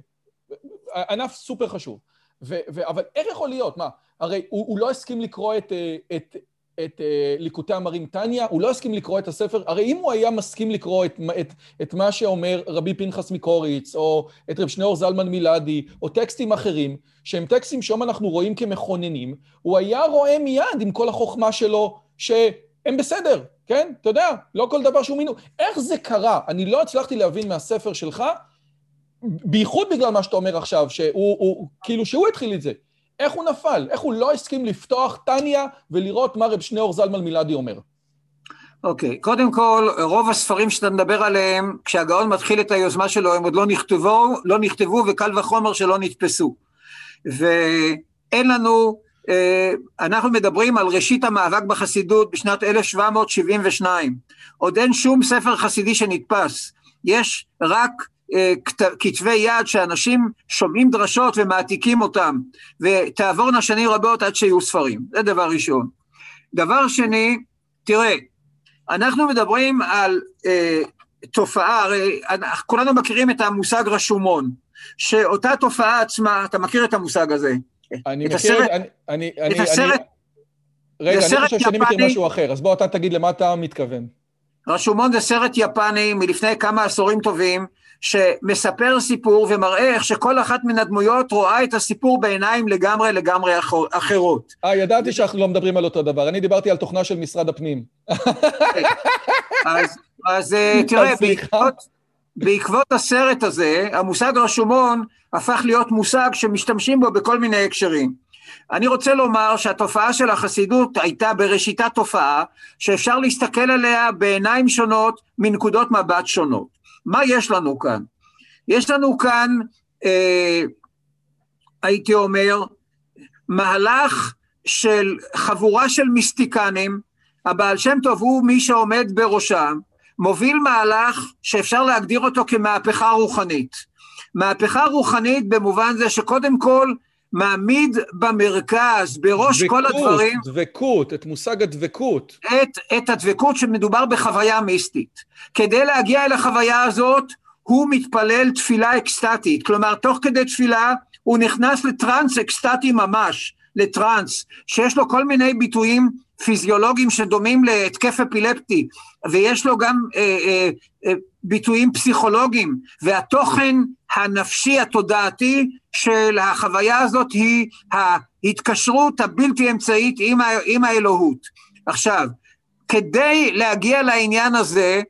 אה, ענף סופר חשוב. ו, ו, אבל איך יכול להיות? מה? הרי הוא, הוא לא הסכים לקרוא את, את, את ליקוטי המרים תניא, הוא לא הסכים לקרוא את הספר, הרי אם הוא היה מסכים לקרוא את, את, את מה שאומר רבי פנחס מקוריץ, או את רב שניאור זלמן מילדי, או טקסטים אחרים, שהם טקסטים שהיום אנחנו רואים כמכוננים, הוא היה רואה מיד עם כל החוכמה שלו, שהם בסדר, כן? אתה יודע, לא כל דבר שהוא מינו. איך זה קרה? אני לא הצלחתי להבין מהספר שלך, בייחוד בגלל מה שאתה אומר עכשיו, שהוא, הוא, כאילו שהוא התחיל את זה. איך הוא נפל? איך הוא לא הסכים לפתוח תניא ולראות מה רב שניאור זלמן מילדי אומר? אוקיי, okay. קודם כל, רוב הספרים שאתה מדבר עליהם, כשהגאון מתחיל את היוזמה שלו, הם עוד לא נכתבו, לא נכתבו וקל וחומר שלא נתפסו. ואין לנו, אנחנו מדברים על ראשית המאבק בחסידות בשנת אלף שבע מאות שבעים ושתיים. עוד אין שום ספר חסידי שנתפס. יש רק כתבי יד שאנשים שומעים דרשות ומעתיקים אותם, ותעבורנה שנים רבות עד שיהיו ספרים. זה דבר ראשון. דבר שני, תראה, אנחנו מדברים על אה, תופעה, הרי כולנו מכירים את המושג רשומון, שאותה תופעה עצמה, אתה מכיר את המושג הזה? אני את מכיר, הסרט, אני, אני, את אני, הסרט, אני, רגע, אני חושב שאני מכיר יפני, משהו אחר, אז בוא אתה תגיד למה אתה מתכוון. רשומון זה סרט יפני מלפני כמה עשורים טובים, שמספר סיפור ומראה איך שכל אחת מן הדמויות רואה את הסיפור בעיניים לגמרי לגמרי אחרות. אה, ידעתי שאנחנו לא מדברים על אותו דבר, אני דיברתי על תוכנה של משרד הפנים. אז, אז תראה, בעקבות, בעקבות הסרט הזה, המושג רשומון הפך להיות מושג שמשתמשים בו בכל מיני הקשרים. אני רוצה לומר שהתופעה של החסידות הייתה בראשיתה תופעה, שאפשר להסתכל עליה בעיניים שונות, מנקודות מבט שונות. מה יש לנו כאן? יש לנו כאן, אה, הייתי אומר, מהלך של חבורה של מיסטיקנים, הבעל שם טוב הוא מי שעומד בראשם, מוביל מהלך שאפשר להגדיר אותו כמהפכה רוחנית. מהפכה רוחנית במובן זה שקודם כל מעמיד במרכז, בראש דבקות, כל הדברים. דבקות, את מושג הדבקות. את, את הדבקות שמדובר בחוויה מיסטית. כדי להגיע אל החוויה הזאת, הוא מתפלל תפילה אקסטטית. כלומר, תוך כדי תפילה, הוא נכנס לטרנס אקסטטי ממש, לטרנס, שיש לו כל מיני ביטויים פיזיולוגיים שדומים להתקף אפילפטי, ויש לו גם אה, אה, אה, ביטויים פסיכולוגיים, והתוכן הנפשי התודעתי של החוויה הזאת היא ההתקשרות הבלתי אמצעית עם, ה, עם האלוהות. עכשיו, כדי להגיע לעניין הזה,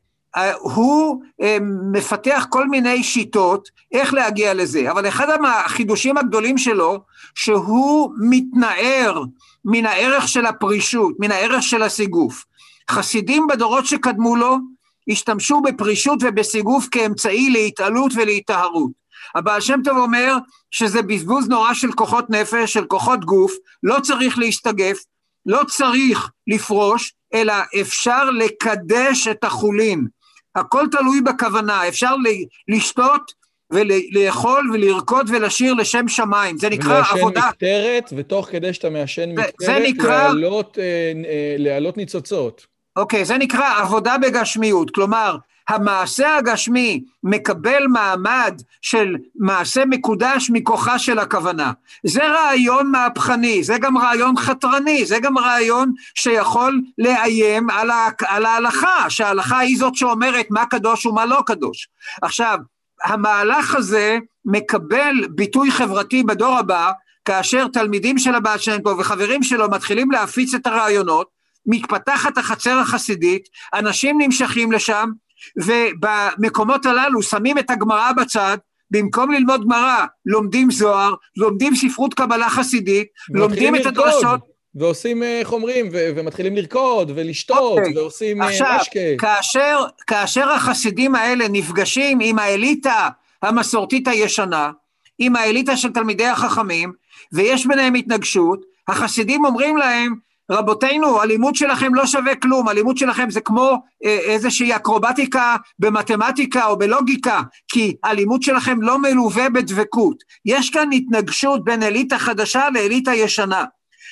הוא מפתח כל מיני שיטות איך להגיע לזה, אבל אחד החידושים הגדולים שלו, שהוא מתנער מן הערך של הפרישות, מן הערך של הסיגוף. חסידים בדורות שקדמו לו, השתמשו בפרישות ובסיגוף כאמצעי להתעלות ולהתאהרות. הבעל שם טוב אומר שזה בזבוז נורא של כוחות נפש, של כוחות גוף, לא צריך להסתגף, לא צריך לפרוש, אלא אפשר לקדש את החולין. הכל תלוי בכוונה, אפשר לשתות ולאכול ולרקוד ולשיר לשם שמיים, זה נקרא עבודה. ולשם מקטרת, ותוך כדי שאתה מעשן מקטרת, נקרא... להעלות, אה, להעלות ניצוצות. אוקיי, זה נקרא עבודה בגשמיות, כלומר, המעשה הגשמי מקבל מעמד של מעשה מקודש מכוחה של הכוונה. זה רעיון מהפכני, זה גם רעיון חתרני, זה גם רעיון שיכול לאיים על, ה- על ההלכה, שההלכה היא זאת שאומרת מה קדוש ומה לא קדוש. עכשיו, המהלך הזה מקבל ביטוי חברתי בדור הבא, כאשר תלמידים של הבעל שם טוב וחברים שלו מתחילים להפיץ את הרעיונות, מתפתחת החצר החסידית, אנשים נמשכים לשם, ובמקומות הללו שמים את הגמרא בצד, במקום ללמוד גמרא, לומדים זוהר, לומדים ספרות קבלה חסידית, לומדים את הדרשות. ועושים חומרים, ו- ומתחילים לרקוד ולשתות, okay. ועושים עכשיו, משקה. כאשר, כאשר החסידים האלה נפגשים עם האליטה המסורתית הישנה, עם האליטה של תלמידי החכמים, ויש ביניהם התנגשות, החסידים אומרים להם, רבותינו, הלימוד שלכם לא שווה כלום, הלימוד שלכם זה כמו אה, איזושהי אקרובטיקה במתמטיקה או בלוגיקה, כי הלימוד שלכם לא מלווה בדבקות. יש כאן התנגשות בין אליטה חדשה לאליטה ישנה.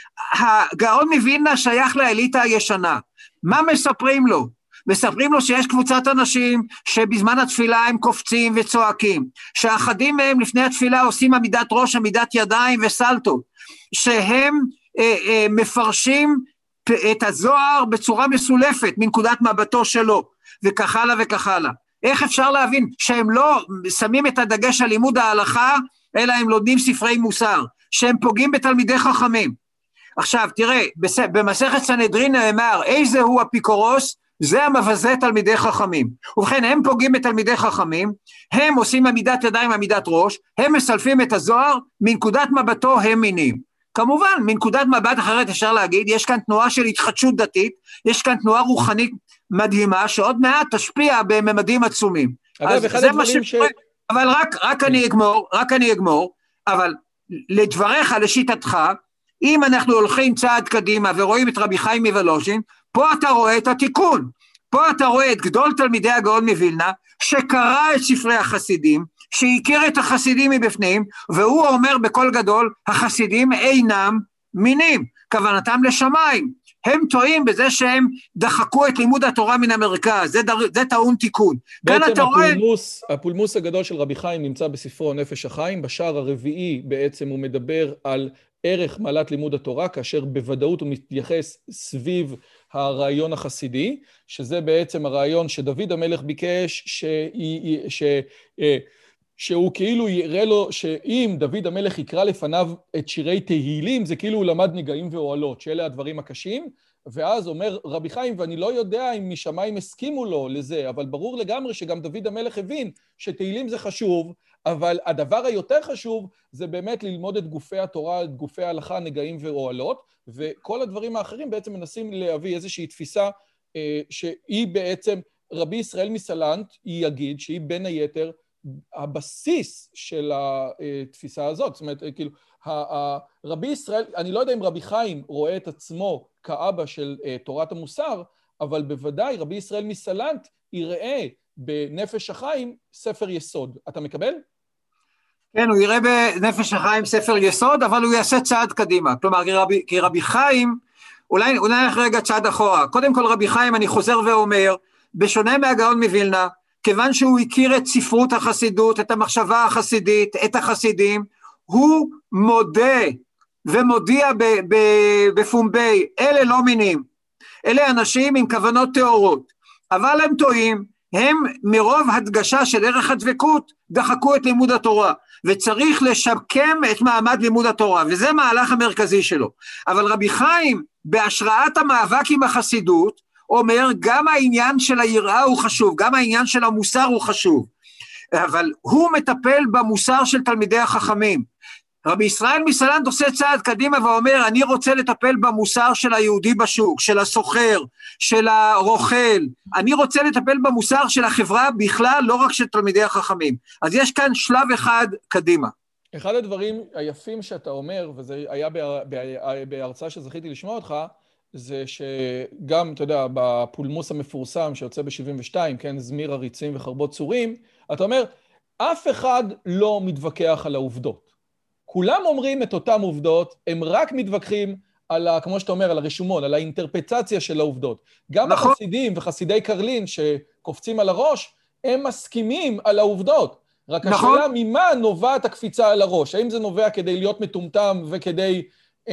הגאון מווילנה שייך לאליטה הישנה. מה מספרים לו? מספרים לו שיש קבוצת אנשים שבזמן התפילה הם קופצים וצועקים, שאחדים מהם לפני התפילה עושים עמידת ראש, עמידת ידיים וסלטות, שהם אה, אה, מפרשים את הזוהר בצורה מסולפת מנקודת מבטו שלו, וכך הלאה וכך הלאה. איך אפשר להבין שהם לא שמים את הדגש על לימוד ההלכה, אלא הם לומדים ספרי מוסר, שהם פוגעים בתלמידי חכמים. עכשיו תראה, במסכת סנהדרין נאמר, איזה הוא אפיקורוס, זה המבזה תלמידי חכמים. ובכן, הם פוגעים בתלמידי חכמים, הם עושים עמידת ידיים, עמידת ראש, הם מסלפים את הזוהר, מנקודת מבטו הם מינים. כמובן, מנקודת מבט אחרת אפשר להגיד, יש כאן תנועה של התחדשות דתית, יש כאן תנועה רוחנית מדהימה, שעוד מעט תשפיע בממדים עצומים. אגב, אחד הדברים ש... אבל רק, רק אני אגמור, רק אני אגמור, אבל לדבריך, לשיטתך, אם אנחנו הולכים צעד קדימה ורואים את רבי חיים מוולוז'ין, פה אתה רואה את התיקון, פה אתה רואה את גדול תלמידי הגאון מווילנה, שקרא את ספרי החסידים, שהכיר את החסידים מבפנים, והוא אומר בכל גדול, החסידים אינם מינים, כוונתם לשמיים, הם טועים בזה שהם דחקו את לימוד התורה מן המרכז, זה, דר, זה טעון תיקון. בעצם הפולמוס, רואה... הפולמוס הגדול של רבי חיים נמצא בספרו נפש החיים, בשער הרביעי בעצם הוא מדבר על ערך מעלת לימוד התורה, כאשר בוודאות הוא מתייחס סביב הרעיון החסידי, שזה בעצם הרעיון שדוד המלך ביקש, ש... ש... שהוא כאילו יראה לו שאם דוד המלך יקרא לפניו את שירי תהילים, זה כאילו הוא למד נגעים ואוהלות, שאלה הדברים הקשים, ואז אומר רבי חיים, ואני לא יודע אם משמיים הסכימו לו לזה, אבל ברור לגמרי שגם דוד המלך הבין שתהילים זה חשוב, אבל הדבר היותר חשוב זה באמת ללמוד את גופי התורה, את גופי ההלכה, נגעים ואוהלות, וכל הדברים האחרים בעצם מנסים להביא איזושהי תפיסה אה, שהיא בעצם, רבי ישראל מסלנט, היא יגיד שהיא בין היתר, הבסיס של התפיסה הזאת, זאת אומרת, כאילו, רבי ישראל, אני לא יודע אם רבי חיים רואה את עצמו כאבא של תורת המוסר, אבל בוודאי רבי ישראל מסלנט יראה בנפש החיים ספר יסוד. אתה מקבל? כן, הוא יראה בנפש החיים ספר יסוד, אבל הוא יעשה צעד קדימה. כלומר, כי רבי, כי רבי חיים, אולי, אולי רגע צעד אחורה. קודם כל רבי חיים, אני חוזר ואומר, בשונה מהגאון מווילנה, כיוון שהוא הכיר את ספרות החסידות, את המחשבה החסידית, את החסידים, הוא מודה ומודיע בפומבי, אלה לא מינים, אלה אנשים עם כוונות טהורות, אבל הם טועים, הם מרוב הדגשה של ערך הדבקות, דחקו את לימוד התורה, וצריך לשקם את מעמד לימוד התורה, וזה מהלך המרכזי שלו. אבל רבי חיים, בהשראת המאבק עם החסידות, אומר, גם העניין של היראה הוא חשוב, גם העניין של המוסר הוא חשוב, אבל הוא מטפל במוסר של תלמידי החכמים. רבי ישראל מסלנט עושה צעד קדימה ואומר, אני רוצה לטפל במוסר של היהודי בשוק, של הסוחר, של הרוכל, אני רוצה לטפל במוסר של החברה בכלל, לא רק של תלמידי החכמים. אז יש כאן שלב אחד קדימה. אחד הדברים היפים שאתה אומר, וזה היה בהרצאה שזכיתי לשמוע אותך, זה שגם, אתה יודע, בפולמוס המפורסם שיוצא ב-שבעים ושתיים, כן, זמיר הריצים וחרבות צורים, אתה אומר, אף אחד לא מתווכח על העובדות. כולם אומרים את אותם עובדות, הם רק מתווכחים על, ה, כמו שאתה אומר, על הרשומון, על האינטרפטציה של העובדות. גם נכון. החסידים וחסידי קרלין שקופצים על הראש, הם מסכימים על העובדות. רק נכון. השאלה ממה נובעת הקפיצה על הראש? האם זה נובע כדי להיות מטומטם וכדי...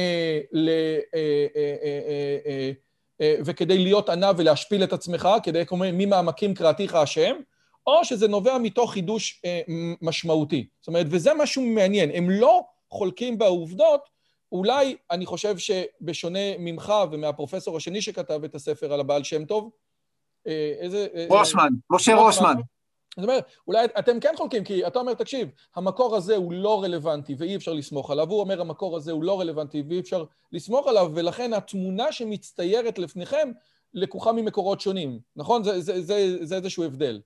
וכדי להיות ענה ולהשפיל את עצמך, כדי כלומר ממעמקים קראתיך השם, או שזה נובע מתוך חידוש משמעותי. זאת אומרת, וזה משהו מעניין, הם לא חולקים בעובדות, אולי אני חושב שבשונה ממך ומהפרופסור השני שכתב את הספר על הבעל שם טוב, איזה... רוסמן, משה רוסמן. זאת אומרת, אולי אתם כן חולקים, כי אתה אומר, תקשיב, המקור הזה הוא לא רלוונטי ואי אפשר לסמוך עליו, הוא אומר, המקור הזה הוא לא רלוונטי ואי אפשר לסמוך עליו, ולכן התמונה שמצטיירת לפניכם לקוחה ממקורות שונים, נכון? זה, זה, זה, זה איזשהו הבדל.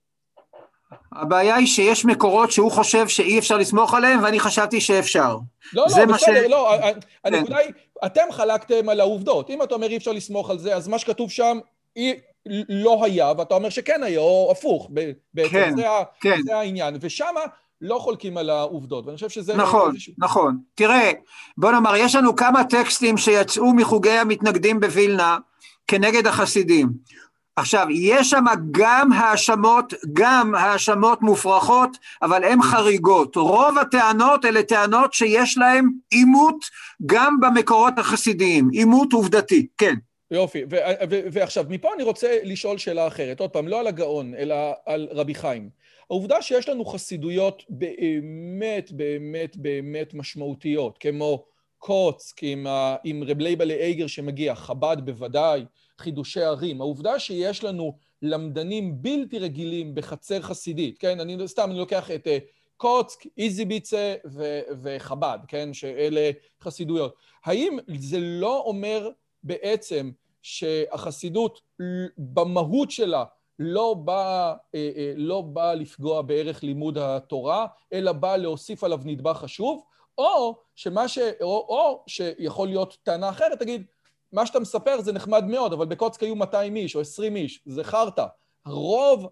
הבעיה היא שיש מקורות שהוא חושב שאי אפשר לסמוך עליהם, ואני חשבתי שאפשר. לא, לא, בסדר, ש... לא, הנקודה היא, אתם חלקתם על העובדות, אם אתה אומר אי אפשר לסמוך על זה, אז מה שכתוב שם, אי... לא היה, ואתה אומר שכן היה, או הפוך, בעצם, כן, זה, כן. זה העניין, ושם לא חולקים על העובדות, ואני חושב שזה... נכון, איזשהו... נכון. תראה, בוא נאמר, יש לנו כמה טקסטים שיצאו מחוגי המתנגדים בווילנה, כנגד החסידים. עכשיו, יש שם גם האשמות, גם האשמות מופרכות, אבל הן חריגות. רוב הטענות אלה טענות שיש להן אימות גם במקורות החסידיים, אימות עובדתי, כן. יופי, ו- ו- ועכשיו, מפה אני רוצה לשאול שאלה אחרת, עוד פעם, לא על הגאון, אלא על רבי חיים. העובדה שיש לנו חסידויות באמת, באמת, באמת משמעותיות, כמו קוץ, עם, ה- עם רב לייבלה אייגר שמגיע, חב"ד בוודאי, חידושי ערים, העובדה שיש לנו למדנים בלתי רגילים בחצר חסידית, כן? אני סתם, אני לוקח את קוץ, איזיביצה ו- וחב"ד, כן? שאלה חסידויות. האם זה לא אומר בעצם שהחסידות במהות שלה לא באה לא בא לפגוע בערך לימוד התורה, אלא באה להוסיף עליו נדבך חשוב, או שמה ש... או, או שיכול להיות טענה אחרת, תגיד, מה שאתה מספר זה נחמד מאוד, אבל בקוצק היו מאתיים איש או עשרים איש, זה חרטה. רוב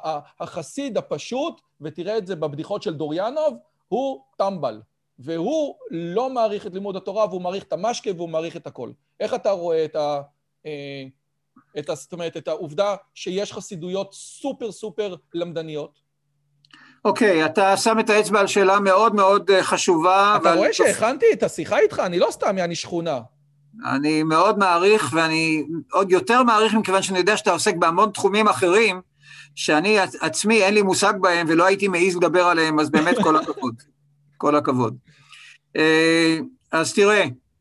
החסיד הפשוט, ותראה את זה בבדיחות של דוריאנוב, הוא טמבל, והוא לא מעריך את לימוד התורה, והוא מעריך את המשקה, והוא מעריך את הכל. איך אתה רואה את, ה, את, זאת אומרת, את העובדה שיש חסידויות סופר סופר למדניות? אוקיי, אתה שם את האצבע על שאלה מאוד מאוד חשובה. אתה רואה שהכנתי את השיחה איתך? אני לא סתם יעני שכונה. אני מאוד מעריך, ואני עוד יותר מעריך מכיוון שאני יודע שאתה עוסק בהמון תחומים אחרים, שאני עצמי אין לי מושג בהם, ולא הייתי מעיז לדבר עליהם, אז באמת כל הכבוד. כל הכבוד. אז תראה,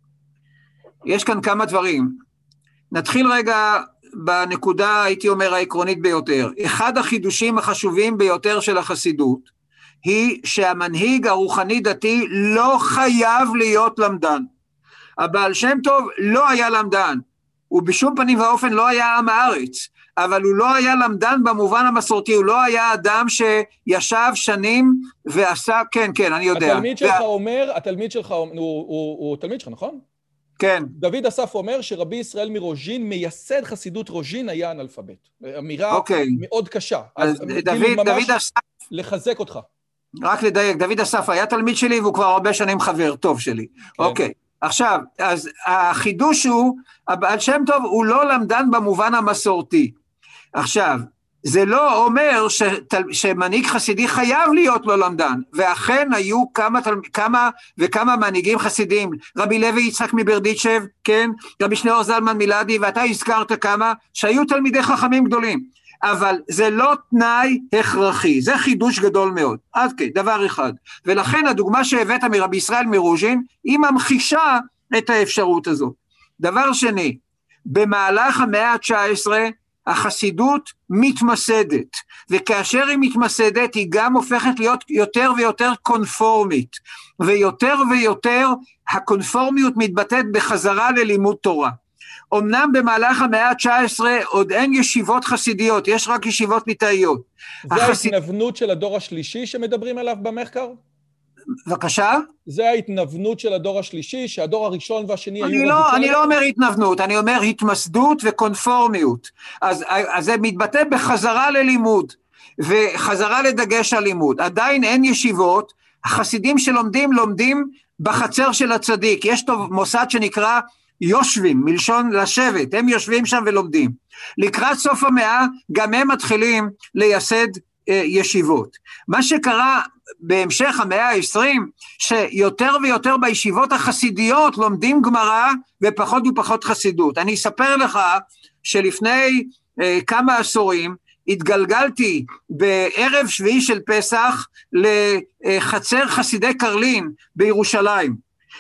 יש כאן כמה דברים. נתחיל רגע בנקודה, הייתי אומר, העקרונית ביותר. אחד החידושים החשובים ביותר של החסידות, היא שהמנהיג הרוחני דתי לא חייב להיות למדן. הבעל שם טוב לא היה למדן, הוא בשום פנים ואופן לא היה עם הארץ, אבל הוא לא היה למדן במובן המסורתי, הוא לא היה אדם שישב שנים ועשה, כן, כן, אני יודע. התלמיד שלך אומר, התלמיד שלך, הוא, הוא, הוא, הוא תלמיד שלך, נכון? כן. דוד אסף אומר שרבי ישראל מרוז'ין, מייסד חסידות רוז'ין, היה אנאלפבית. אמירה אוקיי. מאוד קשה. אז, אז דוד, כאילו ממש דוד אסף... לחזק אותך. רק לדייק, דוד אסף היה תלמיד שלי, והוא כבר הרבה שנים חבר טוב שלי. כן. אוקיי. עכשיו, אז החידוש הוא, הבעל שם טוב הוא לא למדן במובן המסורתי. עכשיו, זה לא אומר שתל, שמנהיג חסידי חייב להיות לא למדן, ואכן היו כמה, כמה וכמה מנהיגים חסידים, רבי לוי יצחק מברדיצ'ב, כן, רבי שניאור זלמן מילדי, ואתה הזכרת כמה, שהיו תלמידי חכמים גדולים, אבל זה לא תנאי הכרחי, זה חידוש גדול מאוד, עד כן, דבר אחד, ולכן הדוגמה שהבאת מרבי ישראל מרוז'ין, היא ממחישה את האפשרות הזאת. דבר שני, במהלך המאה ה-תשע עשרה, החסידות מתמסדת, וכאשר היא מתמסדת, היא גם הופכת להיות יותר ויותר קונפורמית, ויותר ויותר הקונפורמיות מתבטאת בחזרה ללימוד תורה. אמנם במהלך המאה ה-תשע עשרה עוד אין ישיבות חסידיות, יש רק ישיבות ליטאיות. זה החסיד... ההתנוונות של הדור השלישי שמדברים עליו במחקר? בבקשה? זה ההתנוונות של הדור השלישי, שהדור הראשון והשני אני היו... לא, אני לא אומר התנוונות, אני אומר התמסדות וקונפורמיות. אז, אז זה מתבטא בחזרה ללימוד, וחזרה לדגש על לימוד. עדיין אין ישיבות, החסידים שלומדים, לומדים בחצר של הצדיק. יש טוב מוסד שנקרא יושבים, מלשון לשבת, הם יושבים שם ולומדים. לקראת סוף המאה, גם הם מתחילים לייסד אה, ישיבות. מה שקרה בהמשך המאה ה-עשרים, שיותר ויותר בישיבות החסידיות לומדים גמרא ופחות ופחות חסידות. אני אספר לך שלפני אה, כמה עשורים התגלגלתי בערב שביעי של פסח לחצר חסידי קרלין בירושלים,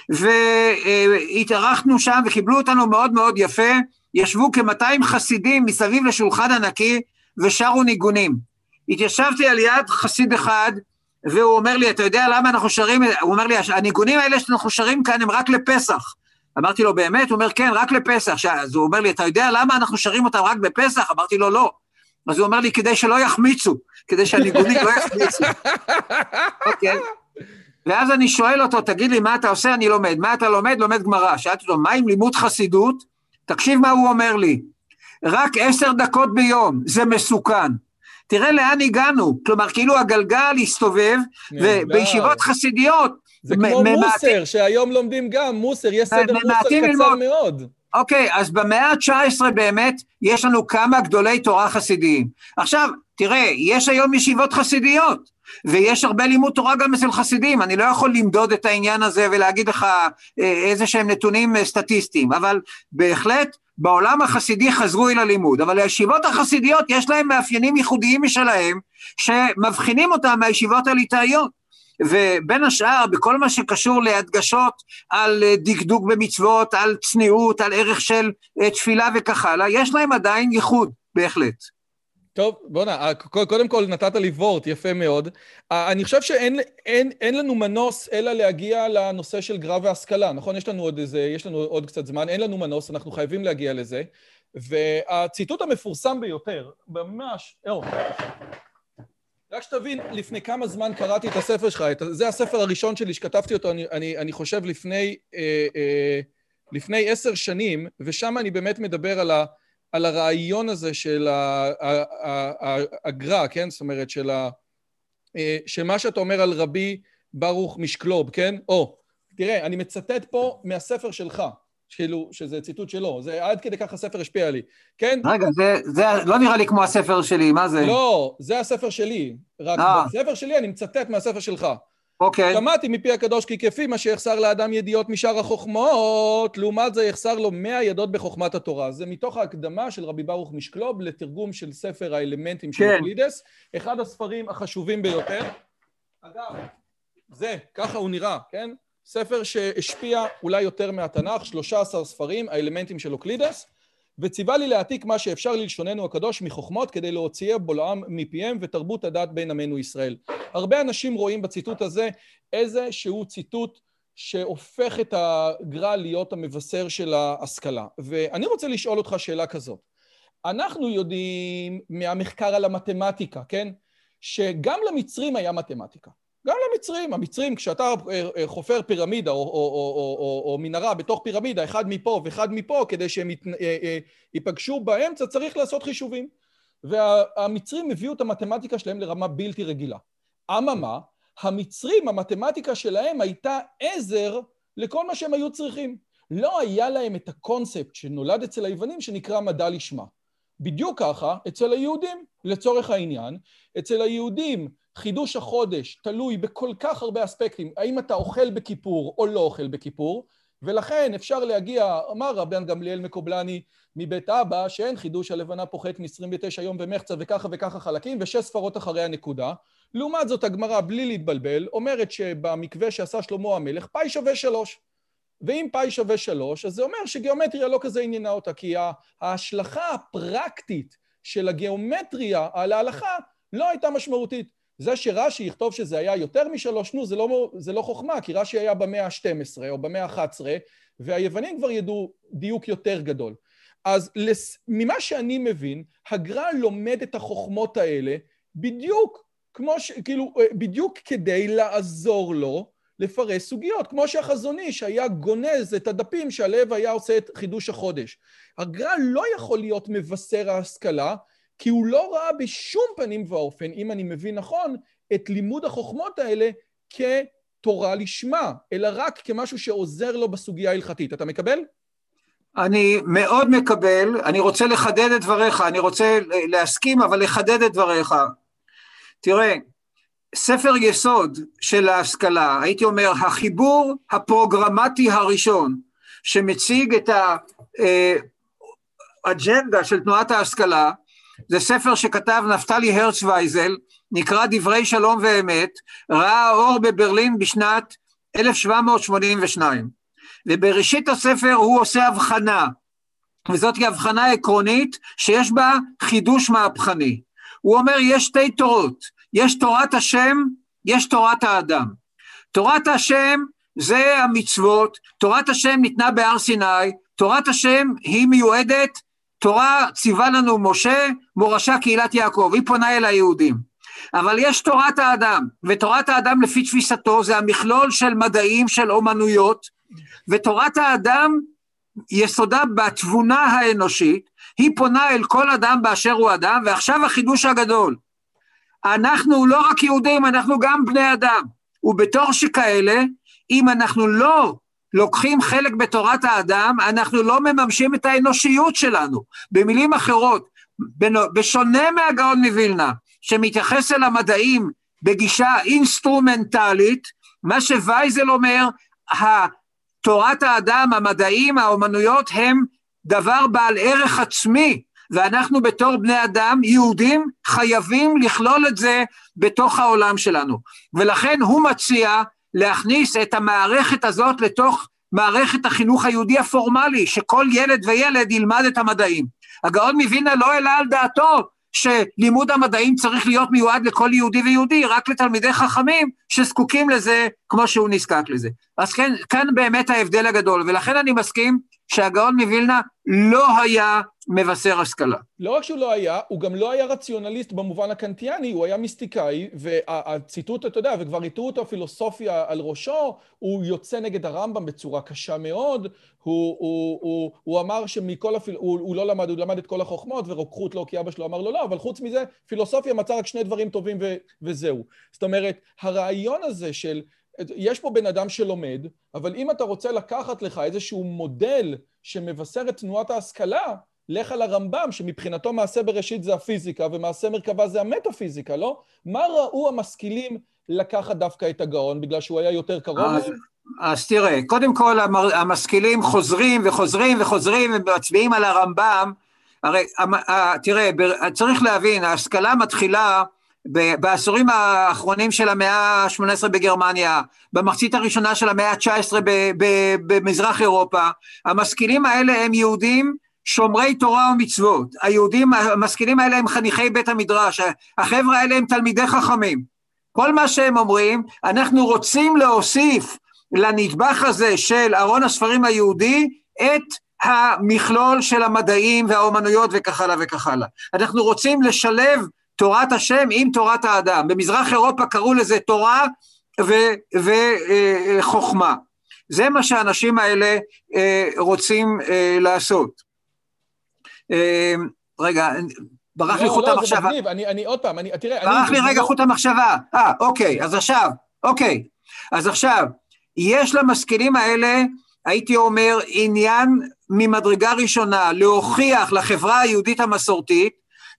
והתארחנו שם וקיבלו אותנו מאוד מאוד יפה, ישבו כ-מאתיים חסידים מסביב לשולחן ענקי ושרו ניגונים. התיישבתי על יד חסיד אחד, והוא אומר לי, אתה יודע למה אנחנו שרים, הוא אומר לי, הניגונים האלה שאנחנו שרים כאן הם רק לפסח. אמרתי לו, באמת? הוא אומר, כן, רק לפסח. אז הוא אומר לי, אתה יודע למה אנחנו שרים אותם רק בפסח? אמרתי לו, לא. אז הוא אומר לי, כדי שלא יחמיצו, כדי שהניגונים לא יחמיצו. אוקיי. ואז אני שואל אותו, תגיד לי, מה אתה עושה? אני לומד. מה אתה לומד? לומד גמרא. שאלתי אותו, מה עם לימוד חסידות? תקשיב מה הוא אומר לי. רק עשר דקות ביום, זה מסוכן. תראה לאן הגענו, כלומר, כאילו הגלגל הסתובב, ובישיבות חסידיות... זה כמו מוסר, שהיום לומדים גם, מוסר, יש סדר מוסר קצר מאוד. אוקיי, אז במאה ה-תשע עשרה באמת, יש לנו כמה גדולי תורה חסידיים. עכשיו, תראה, יש היום ישיבות חסידיות, ויש הרבה לימוד תורה גם אצל חסידים, אני לא יכול למדוד את העניין הזה, ולהגיד לך איזה שהם נתונים סטטיסטיים, אבל בהחלט, בעולם החסידי חזרו אל הלימוד, אבל הישיבות החסידיות יש להם מאפיינים ייחודיים משלהם, שמבחינים אותם מהישיבות הליטאיות, ובין השאר, בכל מה שקשור להדגשות על דקדוק במצוות, על צניעות, על ערך של תפילה וכך הלאה, יש להם עדיין ייחוד, בהחלט. טוב, בוא'נה, קודם כל נתת לי וורט, יפה מאוד. אני חושב שאין אין, אין לנו מנוס אלא להגיע לנושא של גר"א והשכלה, נכון? יש לנו עוד איזה, יש לנו עוד קצת זמן, אין לנו מנוס, אנחנו חייבים להגיע לזה. והציטוט המפורסם ביותר, ממש, אהו, רק שתבין, לפני כמה זמן קראתי את הספר שלך, זה הספר הראשון שלי שכתבתי אותו, אני, אני, אני חושב לפני, אה, אה, לפני עשר שנים, ושם אני באמת מדבר על ה... על הרעיון הזה של הגר"א, כן? זאת אומרת, של שמה שאתה אומר על רבי ברוך משקלוב, כן? או, תראה, אני מצטט פה מהספר שלך, כאילו, שזה ציטוט שלו, זה עד כדי כך הספר השפיע עלי, כן? רגע, זה, זה לא נראה לי כמו הספר שלי, מה זה? לא, זה הספר שלי, רק אה. בספר שלי אני מצטט מהספר שלך. אוקיי. שמעתי מפי הקדוש כי כפי מה שיחסר לאדם ידיעות משאר החוכמות, לעומת זה יחסר לו מאה ידות בחוכמת התורה. זה מתוך ההקדמה של רבי ברוך משקלוב לתרגום של ספר האלמנטים של אוקלידס, אחד הספרים החשובים ביותר. אגב, זה, ככה הוא נראה, כן? ספר שהשפיע אולי יותר מהתנ"ך, שלושה עשר ספרים, האלמנטים של אוקלידס, וציווה לי להעתיק מה שאפשר ללשוננו הקדוש מחוכמות כדי להוציא בולעם מפיהם ותרבות הדת בין עמנו ישראל. הרבה אנשים רואים בציטוט הזה איזה שהוא ציטוט שהופך את הגר"א להיות המבשר של ההשכלה. ואני רוצה לשאול אותך שאלה כזאת. אנחנו יודעים מהמחקר על המתמטיקה, כן? שגם למצרים היה מתמטיקה. גם למצרים, המצרים, כשאתה חופר פירמידה או, או, או, או, או מנהרה בתוך פירמידה, אחד מפה ואחד מפה, כדי שהם ייפגשו באמצע, צריך לעשות חישובים. והמצרים הביאו את המתמטיקה שלהם לרמה בלתי רגילה. אממה, המצרים, המתמטיקה שלהם הייתה עזר לכל מה שהם היו צריכים. לא היה להם את הקונספט שנולד אצל היוונים שנקרא מדע לשמה. בדיוק ככה, אצל היהודים, לצורך העניין, אצל היהודים, חידוש החודש תלוי בכל כך הרבה אספקטים, האם אתה אוכל בכיפור או לא אוכל בכיפור, ולכן אפשר להגיע, אמר רבן גמליאל מקובלני מבית אבא, שאין חידוש הלבנה פוחת מ-עשרים ותשע יום במחצה וככה וככה חלקים, ושש ספרות אחרי הנקודה. לעומת זאת הגמרא, בלי להתבלבל, אומרת שבמקווה שעשה שלמה המלך, פאי שווה שלוש. ואם פאי שווה שלוש, אז זה אומר שגיאומטריה לא כזה עניינה אותה, כי ההשלכה הפרקטית של הגיאומטריה על ההלכה לא הייתה משמעותית. זה שרש"י יכתוב שזה היה יותר משלוש, נו, זה לא, זה לא חוכמה, כי רש"י היה במאה ה-שתים עשרה או במאה ה-אחת עשרה, והיוונים כבר ידעו דיוק יותר גדול. אז לס... ממה שאני מבין, הגר"א לומד את החוכמות האלה בדיוק, כמו ש... כאילו, בדיוק כדי לעזור לו לפרש סוגיות, כמו שהחזון איש היה גונז את הדפים שעליהם היה עושה את חידוש החודש. הגר"א לא יכול להיות מבשר ההשכלה, כי הוא לא ראה בשום פנים ואופן, אם אני מבין נכון, את לימוד החוכמות האלה כתורה לשמה, אלא רק כמשהו שעוזר לו בסוגיה ההלכתית. אתה מקבל? אני מאוד מקבל, אני רוצה לחדד את דבריך, אני רוצה להסכים, אבל לחדד את דבריך. תראה, ספר יסוד של ההשכלה, הייתי אומר, החיבור הפרוגרמטי הראשון, שמציג את האג'נדה של תנועת ההשכלה, זה ספר שכתב נפתלי הרצווייזל, נקרא דברי שלום ואמת, ראה אור בברלין בשנת אלף שבע מאות שמונים ושתיים. ובראשית הספר הוא עושה הבחנה, וזאת היא הבחנה עקרונית שיש בה חידוש מהפכני. הוא אומר יש שתי תורות, יש תורת השם, יש תורת האדם. תורת השם זה המצוות, תורת השם ניתנה בהר סיני, תורת השם היא מיועדת, תורה ציווה לנו משה, מורשה קהילת יעקב, היא פונה אל היהודים. אבל יש תורת האדם, ותורת האדם לפי תפיסתו זה המכלול של מדעים, של אומנויות, ותורת האדם יסודה בתבונה האנושית, היא פונה אל כל אדם באשר הוא אדם, ועכשיו החידוש הגדול. אנחנו לא רק יהודים, אנחנו גם בני אדם, ובתור שכאלה, אם אנחנו לא לוקחים חלק בתורת האדם, אנחנו לא מממשים את האנושיות שלנו. במילים אחרות, בשונה מהגאון מווילנה, שמתייחס אל המדעים בגישה אינסטרומנטלית, מה שווייזל אומר, תורת האדם, המדעים, האומנויות הם דבר בעל ערך עצמי, ואנחנו בתור בני אדם, יהודים, חייבים לכלול את זה בתוך העולם שלנו. ולכן הוא מציע להכניס את המערכת הזאת לתוך מערכת החינוך היהודי הפורמלי, שכל ילד וילד ילמד את המדעים. הגאון מווילנה לא העלה על דעתו שלימוד המדעים צריך להיות מיועד לכל יהודי ויהודי, רק לתלמידי חכמים שזקוקים לזה כמו שהוא נזקק לזה. אז כן, כאן באמת ההבדל הגדול, ולכן אני מסכים שהגאון מווילנה לא היה מבשר השכלה. לא רק שהוא לא היה, הוא גם לא היה רציונליסט במובן הקנטיאני, הוא היה מיסטיקאי, והציטוט, אתה יודע, וכבר איתו אותו פילוסופיה על ראשו, הוא יוצא נגד הרמב"ם בצורה קשה מאוד, הוא, הוא, הוא, הוא אמר שמכל הפיל... הוא, הוא לא למד, הוא למד את כל החוכמות, ורוקחות לא, כי אבא שלו אמר לו לא, אבל חוץ מזה, פילוסופיה מצא רק שני דברים טובים ו... וזהו. זאת אומרת, הרעיון הזה של יש פה בן אדם שלומד, אבל אם אתה רוצה לקחת לך איזשהו מודל שמבשר את תנועת ההשכלה, לך על הרמב"ם, שמבחינתו מעשה בראשית זה הפיזיקה, ומעשה מרכבה זה המטאפיזיקה, לא? מה ראו המשכילים לקחת דווקא את הגאון, בגלל שהוא היה יותר קרוב? אז, אז תראה, קודם כל המשכילים חוזרים וחוזרים וחוזרים ומצביעים על הרמב"ם, הרי תראה, צריך להבין, ההשכלה מתחילה בעשורים האחרונים של המאה ה-שמונה עשרה בגרמניה, במחצית הראשונה של המאה ה-תשע עשרה במזרח אירופה, המשכילים האלה הם יהודים שומרי תורה ומצוות, היהודים, המשכילים האלה הם חניכי בית המדרש, החבר'ה האלה הם תלמידי חכמים, כל מה שהם אומרים, אנחנו רוצים להוסיף לנדבך הזה של ארון הספרים היהודי, את המכלול של המדעים והאומנויות וכך הלאה וכך הלאה, אנחנו רוצים לשלב תורת השם עם תורת האדם, במזרח אירופה קראו לזה תורה וחוכמה, זה מה שהאנשים האלה רוצים לעשות. רגע, ברח לי חוט המחשבה. אני עוד פעם, תראה. ברח לי רגע חוט המחשבה. אה, אוקיי, אז עכשיו, אוקיי, אז עכשיו, יש למשכילים האלה, הייתי אומר, עניין ממדרגה ראשונה, להוכיח לחברה היהודית המסורתית,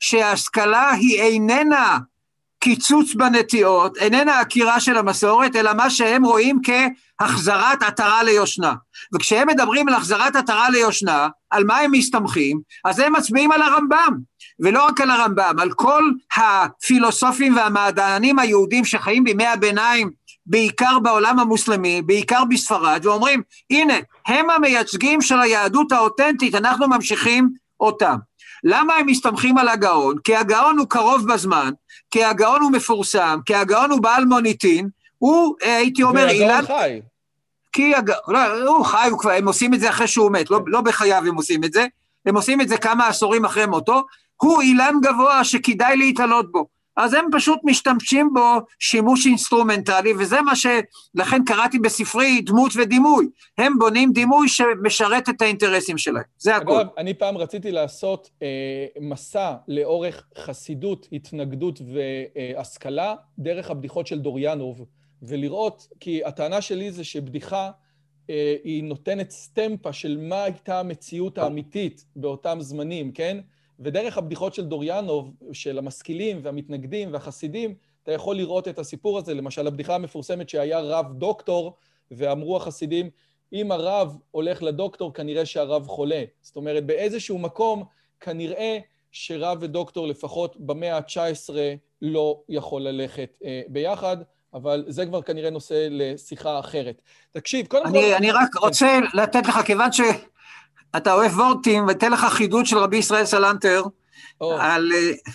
שההשכלה היא איננה קיצוץ בנטיעות, איננה עקירה של המסורת, אלא מה שהם רואים כהחזרת עטרה ליושנה. וכשהם מדברים על החזרת עטרה ליושנה, על מה הם מסתמכים, אז הם מצביעים על הרמב"ם, ולא רק על הרמב"ם, על כל הפילוסופים והמדענים היהודים שחיים בימי הביניים, בעיקר בעולם המוסלמי, בעיקר בספרד, ואומרים, הנה, הם המייצגים של היהדות האותנטית, אנחנו ממשיכים אותם. למה הם מסתמכים על הגאון? כי הגאון הוא קרוב בזמן, כי הגאון הוא מפורסם, כי הגאון הוא בעל מוניטין, הוא, הייתי אומר, והגאון חי. כי הגאון, לא, הוא חי, הוא כבר, הם עושים את זה אחרי שהוא מת, לא, לא בחייו הם עושים את זה, הם עושים את זה כמה עשורים אחרי מותו, הוא אילן גבוה שכדאי להתעלות בו, אז הם פשוט משתמשים בו שימוש אינסטרומנטלי, וזה מה שלכן קראתי בספרי דמות ודימוי, הם בונים דימוי שמשרת את האינטרסים שלהם, זה הכל. אגב, אני פעם רציתי לעשות אה, מסע לאורך חסידות, התנגדות והשכלה, דרך הבדיחות של דוריאנוב, ולראות, כי הטענה שלי זה שבדיחה, אה, היא נותנת סטמפה של מה הייתה המציאות האמיתית באותם זמנים, כן? ודרך הבדיחות של דוריאנוב, של המשכילים והמתנגדים והחסידים, אתה יכול לראות את הסיפור הזה, למשל הבדיחה המפורסמת שהיה רב דוקטור, ואמרו החסידים, אם הרב הולך לדוקטור, כנראה שהרב חולה. זאת אומרת, באיזשהו מקום, כנראה שרב ודוקטור לפחות במאה ה-תשע עשרה לא יכול ללכת אה, ביחד, אבל זה כבר כנראה נושא לשיחה אחרת. תקשיב, קודם אני, כל... אני רק רוצה לתת לך, כיוון ש... אתה אוהב וורטים, ותן לך חידוד של רבי ישראל סלנטר, oh. על...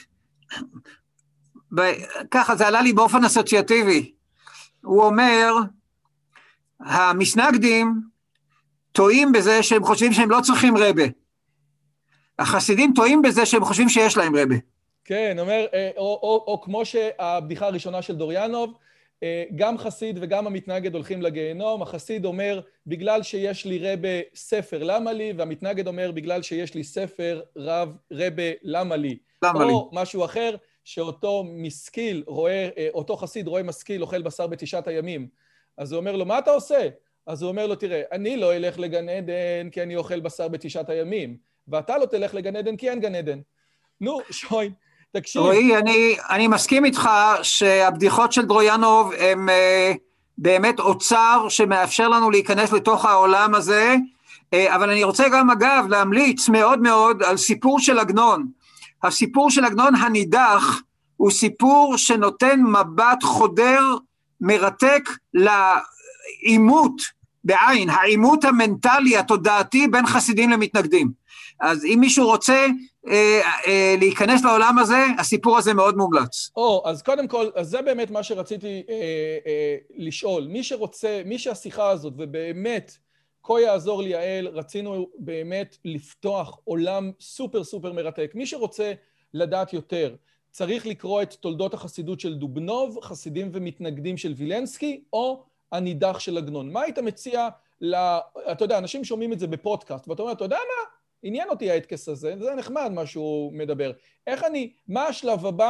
ב... ככה, זה עלה לי באופן אסוציאטיבי. הוא אומר, המסנגדים טועים בזה שהם חושבים שהם לא צריכים רבה. החסידים טועים בזה שהם חושבים שיש להם רבה. כן, אומר, או, או, או כמו שהבדיחה הראשונה של דוריאנוב, גם חסיד וגם המתנגד הולכים לגיהנום, החסיד אומר, בגלל שיש לי רבה ספר, למה לי? והמתנגד אומר, בגלל שיש לי ספר רב רבה, למה לי? למה או לי? משהו אחר, שאותו משכיל רואה, אותו חסיד רואה משכיל אוכל בשר בתשעת הימים. אז הוא אומר לו, מה אתה עושה? אז הוא אומר לו, תראה, אני לא אלך לגן עדן כי אני אוכל בשר בתשעת הימים, ואתה לא תלך לגן עדן כי אין גן עדן. נו, שוין. תקשיב. רואי, אני, אני מסכים איתך שהבדיחות של דרויאנוב הם uh, באמת אוצר שמאפשר לנו להיכנס לתוך העולם הזה, uh, אבל אני רוצה גם אגב להמליץ מאוד מאוד על סיפור של עגנון. הסיפור של עגנון הנידח הוא סיפור שנותן מבט חודר מרתק לעימות בעין, העימות המנטלי התודעתי בין חסידים למתנגדים. אז אם מישהו רוצה אה, אה, להיכנס לעולם הזה, הסיפור הזה מאוד מומלץ. או, אז קודם כל, אז זה באמת מה שרציתי אה, אה, לשאול. מי שרוצה, מי שהשיחה הזאת, ובאמת, כה יעזור לי יעל, רצינו באמת לפתוח עולם סופר סופר מרתק. מי שרוצה לדעת יותר, צריך לקרוא את תולדות החסידות של דובנוב, חסידים ומתנגדים של וילנסקי, או הנידח של עגנון. מה היית מציע, לה, אתה יודע, אנשים שומעים את זה בפודקאסט, ואתה אומר, אתה יודע מה? עניין אותי ההתקס הזה, זה נחמד מה שהוא מדבר. איך אני, מה השלב הבא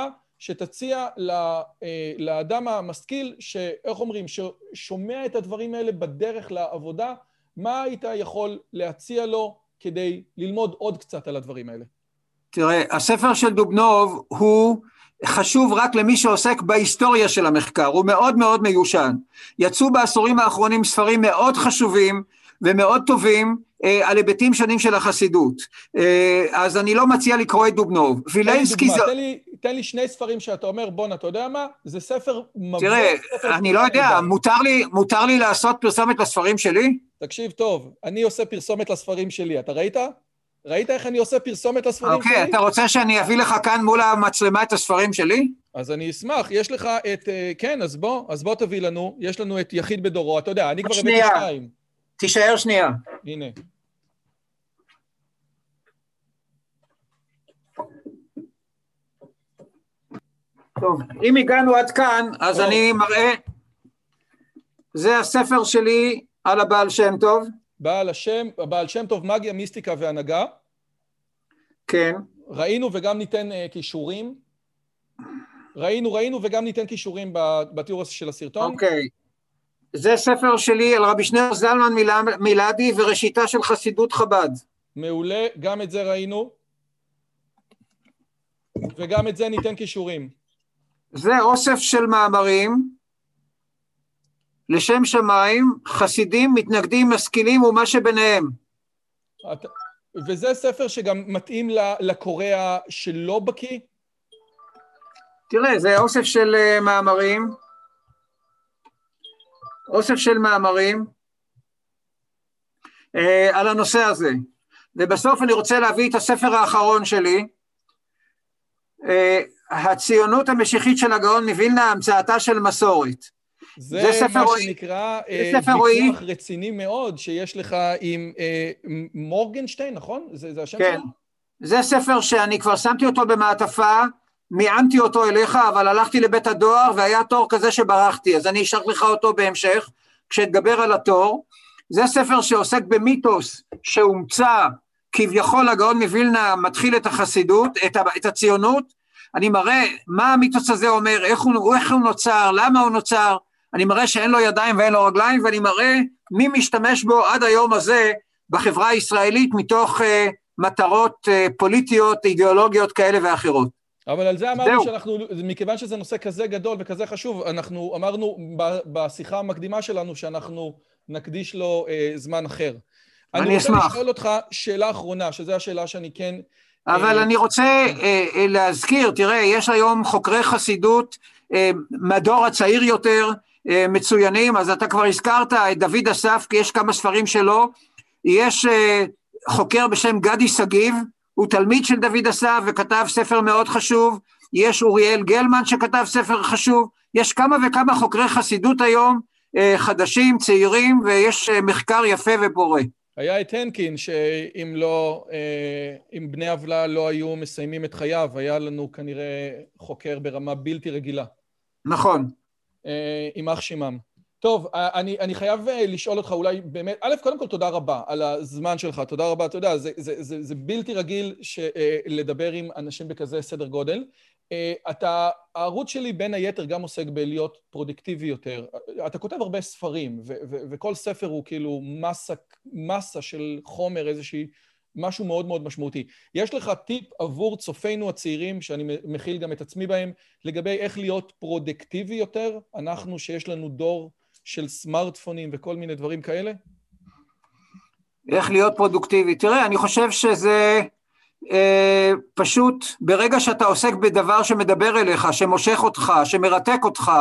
שתציע לאדם המשכיל, שאיך אומרים, ששומע את הדברים האלה בדרך לעבודה, מה היית יכול להציע לו כדי ללמוד עוד קצת על הדברים האלה? תראה, הספר של דובנוב הוא חשוב רק למי שעוסק בהיסטוריה של המחקר, הוא מאוד מאוד מיושן. יצאו בעשורים האחרונים ספרים מאוד חשובים ומאוד טובים אה, על היבטים שונים של החסידות. אה, אז אני לא מציע לקרוא את דובנוב. וילנסקי תן, זה... תן, לי, תן לי שני ספרים שאתה אומר, בוא, אתה יודע מה? זה ספר מבוא. תראה, ספר אני לא יודע, מותר לי, מותר לי לעשות פרסומת לספרים שלי? תקשיב טוב, אני עושה פרסומת לספרים שלי, אתה ראית? ראית איך אני עושה פרסומת לספרים אוקיי, שלי? אתה רוצה שאני אביא לך כאן מול המצלמה את הספרים שלי? אז אני אשמח, יש לך את, כן, אז בוא, אז בוא תביא לנו, יש לנו את יחיד בדורו, אתה יודע, אני כבר הבאתי שתיים. תישאר שנייה. הנה. טוב, אם הגענו עד כאן, אז טוב. אני מראה, זה הספר שלי על הבעל שם טוב. בעל השם, הבעל שם טוב, מגיה, מיסטיקה והנהגה. כן. ראינו וגם ניתן uh, קישורים. ראינו, ראינו וגם ניתן קישורים בתיאור של הסרטון. אוקיי. זה ספר שלי על רבי שניאור זלמן מילדי וראשיתה של חסידות חב"ד. מעולה, גם את זה ראינו. וגם את זה ניתן קישורים. זה אוסף של מאמרים לשם שמיים, חסידים, מתנגדים, משכילים ומה שביניהם. את... וזה ספר שגם מתאים לקורא שלא בקיא? תראה, זה אוסף של uh, מאמרים, אוסף של מאמרים uh, על הנושא הזה. ובסוף אני רוצה להביא את הספר האחרון שלי, uh, הציונות המשיחית של הגאון מווילנה, המצאתה של מסורת. זה, זה מה רואי, שנקרא uh, ויכוח רואי. רציני מאוד שיש לך עם uh, מורגנשטיין, נכון? זה, זה השם כן. שלו? זה ספר שאני כבר שמתי אותו במעטפה, מיענתי אותו אליך, אבל הלכתי לבית הדואר, והיה תור כזה שברחתי, אז אני אשלח לך אותו בהמשך, כשאתגבר על התור. זה ספר שעוסק במיתוס, שהומצא, כביכול הגאון מווילנה מתחיל את החסידות, את, את הציונות, אני מראה מה המיתוס הזה אומר, איך הוא, איך הוא נוצר, למה הוא נוצר, אני מראה שאין לו ידיים ואין לו רגליים, ואני מראה מי משתמש בו עד היום הזה, בחברה הישראלית, מתוך uh, מטרות uh, פוליטיות, אידיאולוגיות כאלה ואחרות. אבל על זה אמרנו שאנחנו, מכיוון שזה נושא כזה גדול וכזה חשוב, אנחנו אמרנו בשיחה המקדימה שלנו שאנחנו נקדיש לו אה, זמן אחר. אני, אני אשמח. רוצה לשאול אותך שאלה אחרונה, שזו השאלה שאני כן... אבל אה... אני רוצה אה, אה, להזכיר, תראה, יש היום חוקרי חסידות, אה, מדור הצעיר יותר, אה, מצוינים, אז אתה כבר הזכרת את דוד אסף, כי יש כמה ספרים שלו, יש אה, חוקר בשם גדי סגיב, הוא תלמיד של דוד אסף וכתב ספר מאוד חשוב, יש אוריאל גלמן שכתב ספר חשוב, יש כמה וכמה חוקרי חסידות היום, חדשים, צעירים, ויש מחקר יפה ופורה. היה את הנקין, שאם לא, אם בני עוולה לא היו מסיימים את חייו, היה לנו כנראה חוקר ברמה בלתי רגילה. נכון. עם אח שמם. טוב, אני, אני חייב לשאול אותך אולי באמת, א', קודם כל תודה רבה על הזמן שלך, תודה רבה, אתה יודע, זה, זה, זה, זה בלתי רגיל לדבר עם אנשים בכזה סדר גודל. אתה, הערוץ שלי בין היתר גם עוסק בלהיות פרודקטיבי יותר. אתה כותב הרבה ספרים, ו, ו, וכל ספר הוא כאילו מסה, מסה של חומר, איזושהי, משהו מאוד מאוד משמעותי. יש לך טיפ עבור צופינו הצעירים, שאני מכיל גם את עצמי בהם, לגבי איך להיות פרודקטיבי יותר, אנחנו שיש לנו דור של סמארטפונים וכל מיני דברים כאלה? איך להיות פרודוקטיבי? תראה, אני חושב שזה אה, פשוט, ברגע שאתה עוסק בדבר שמדבר אליך, שמושך אותך, שמרתק אותך,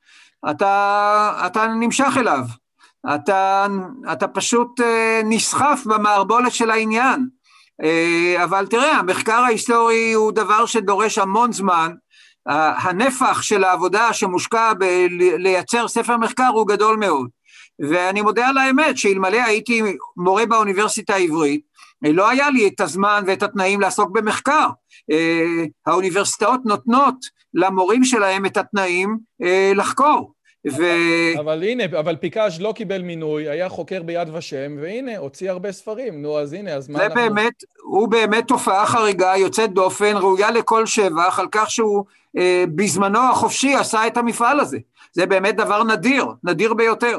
אתה, אתה נמשך אליו. אתה, אתה פשוט אה, נסחף במערבולת של העניין. אה, אבל תראה, המחקר ההיסטורי הוא דבר שדורש המון זמן, הנפח של העבודה שמושקע בלייצר ספר מחקר הוא גדול מאוד, ואני מודה על האמת שאלמלא הייתי מורה באוניברסיטה העברית, לא היה לי את הזמן ואת התנאים לעסוק במחקר. האוניברסיטאות נותנות למורים שלהם את התנאים לחקור, ו... אבל הנה, אבל פיקאז' לא קיבל מינוי, היה חוקר ביד ושם, והנה, הוציא הרבה ספרים. נו, אז הנה, אז מה זה אנחנו... באמת, הוא באמת תופעה חריגה, יוצאת דופן, ראויה לכל שבח, על כך שהוא אה, בזמנו החופשי עשה את המפעל הזה. זה באמת דבר נדיר, נדיר ביותר.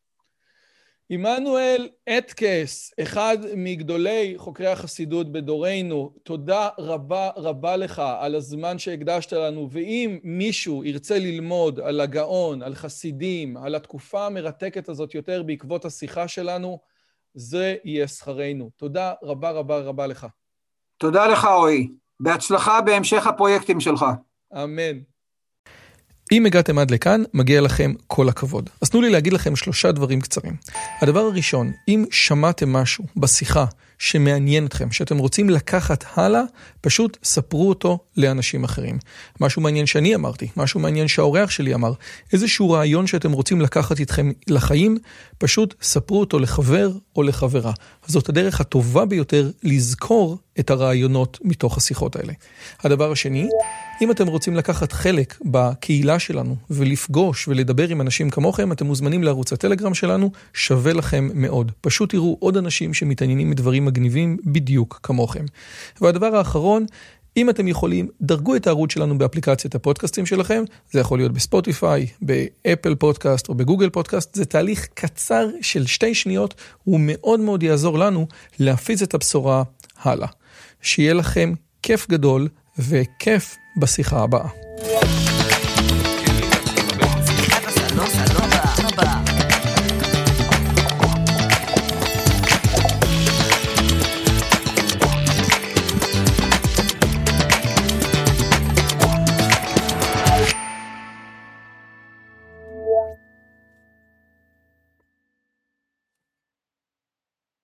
עמנואל אטקס, אחד מגדולי חוקרי החסידות בדורנו, תודה רבה רבה לך על הזמן שהקדשת לנו, ואם מישהו ירצה ללמוד על הגאון, על חסידים, על התקופה המרתקת הזאת יותר בעקבות השיחה שלנו, זה יהיה שכרנו. תודה רבה רבה רבה לך. תודה לך רועי, בהצלחה בהמשך הפרויקטים שלך. אמן. אם הגעתם עד לכאן, מגיע לכם כל הכבוד. אז תנו לי להגיד לכם שלושה דברים קצרים. הדבר הראשון, אם שמעתם משהו בשיחה שמעניין אתכם, שאתם רוצים לקחת הלאה, פשוט ספרו אותו לאנשים אחרים. משהו מעניין שאני אמרתי, משהו מעניין שהאורח שלי אמר, איזשהו רעיון שאתם רוצים לקחת איתכם לחיים, פשוט ספרו אותו לחבר או לחברה. אז זאת הדרך הטובה ביותר לזכור את הרעיונות מתוך השיחות האלה. הדבר השני, אם אתם רוצים לקחת חלק בקהילה שלנו ולפגוש ולדבר עם אנשים כמוכם, אתם מוזמנים לערוץ הטלגרם שלנו, שווה לכם מאוד. פשוט תראו עוד אנשים שמתעניינים מדברים מגניבים בדיוק כמוכם. והדבר האחרון, אם אתם יכולים, דרגו את הערוץ שלנו באפליקציית הפודקאסטים שלכם, זה יכול להיות בספוטיפיי, באפל פודקאסט או בגוגל פודקאסט, זה תהליך קצר של שתי שניות, הוא מאוד מאוד יעזור לנו להפיץ את הבשורה הלאה. שיהיה לכם כיף גדול וכיף בשיחה הבאה.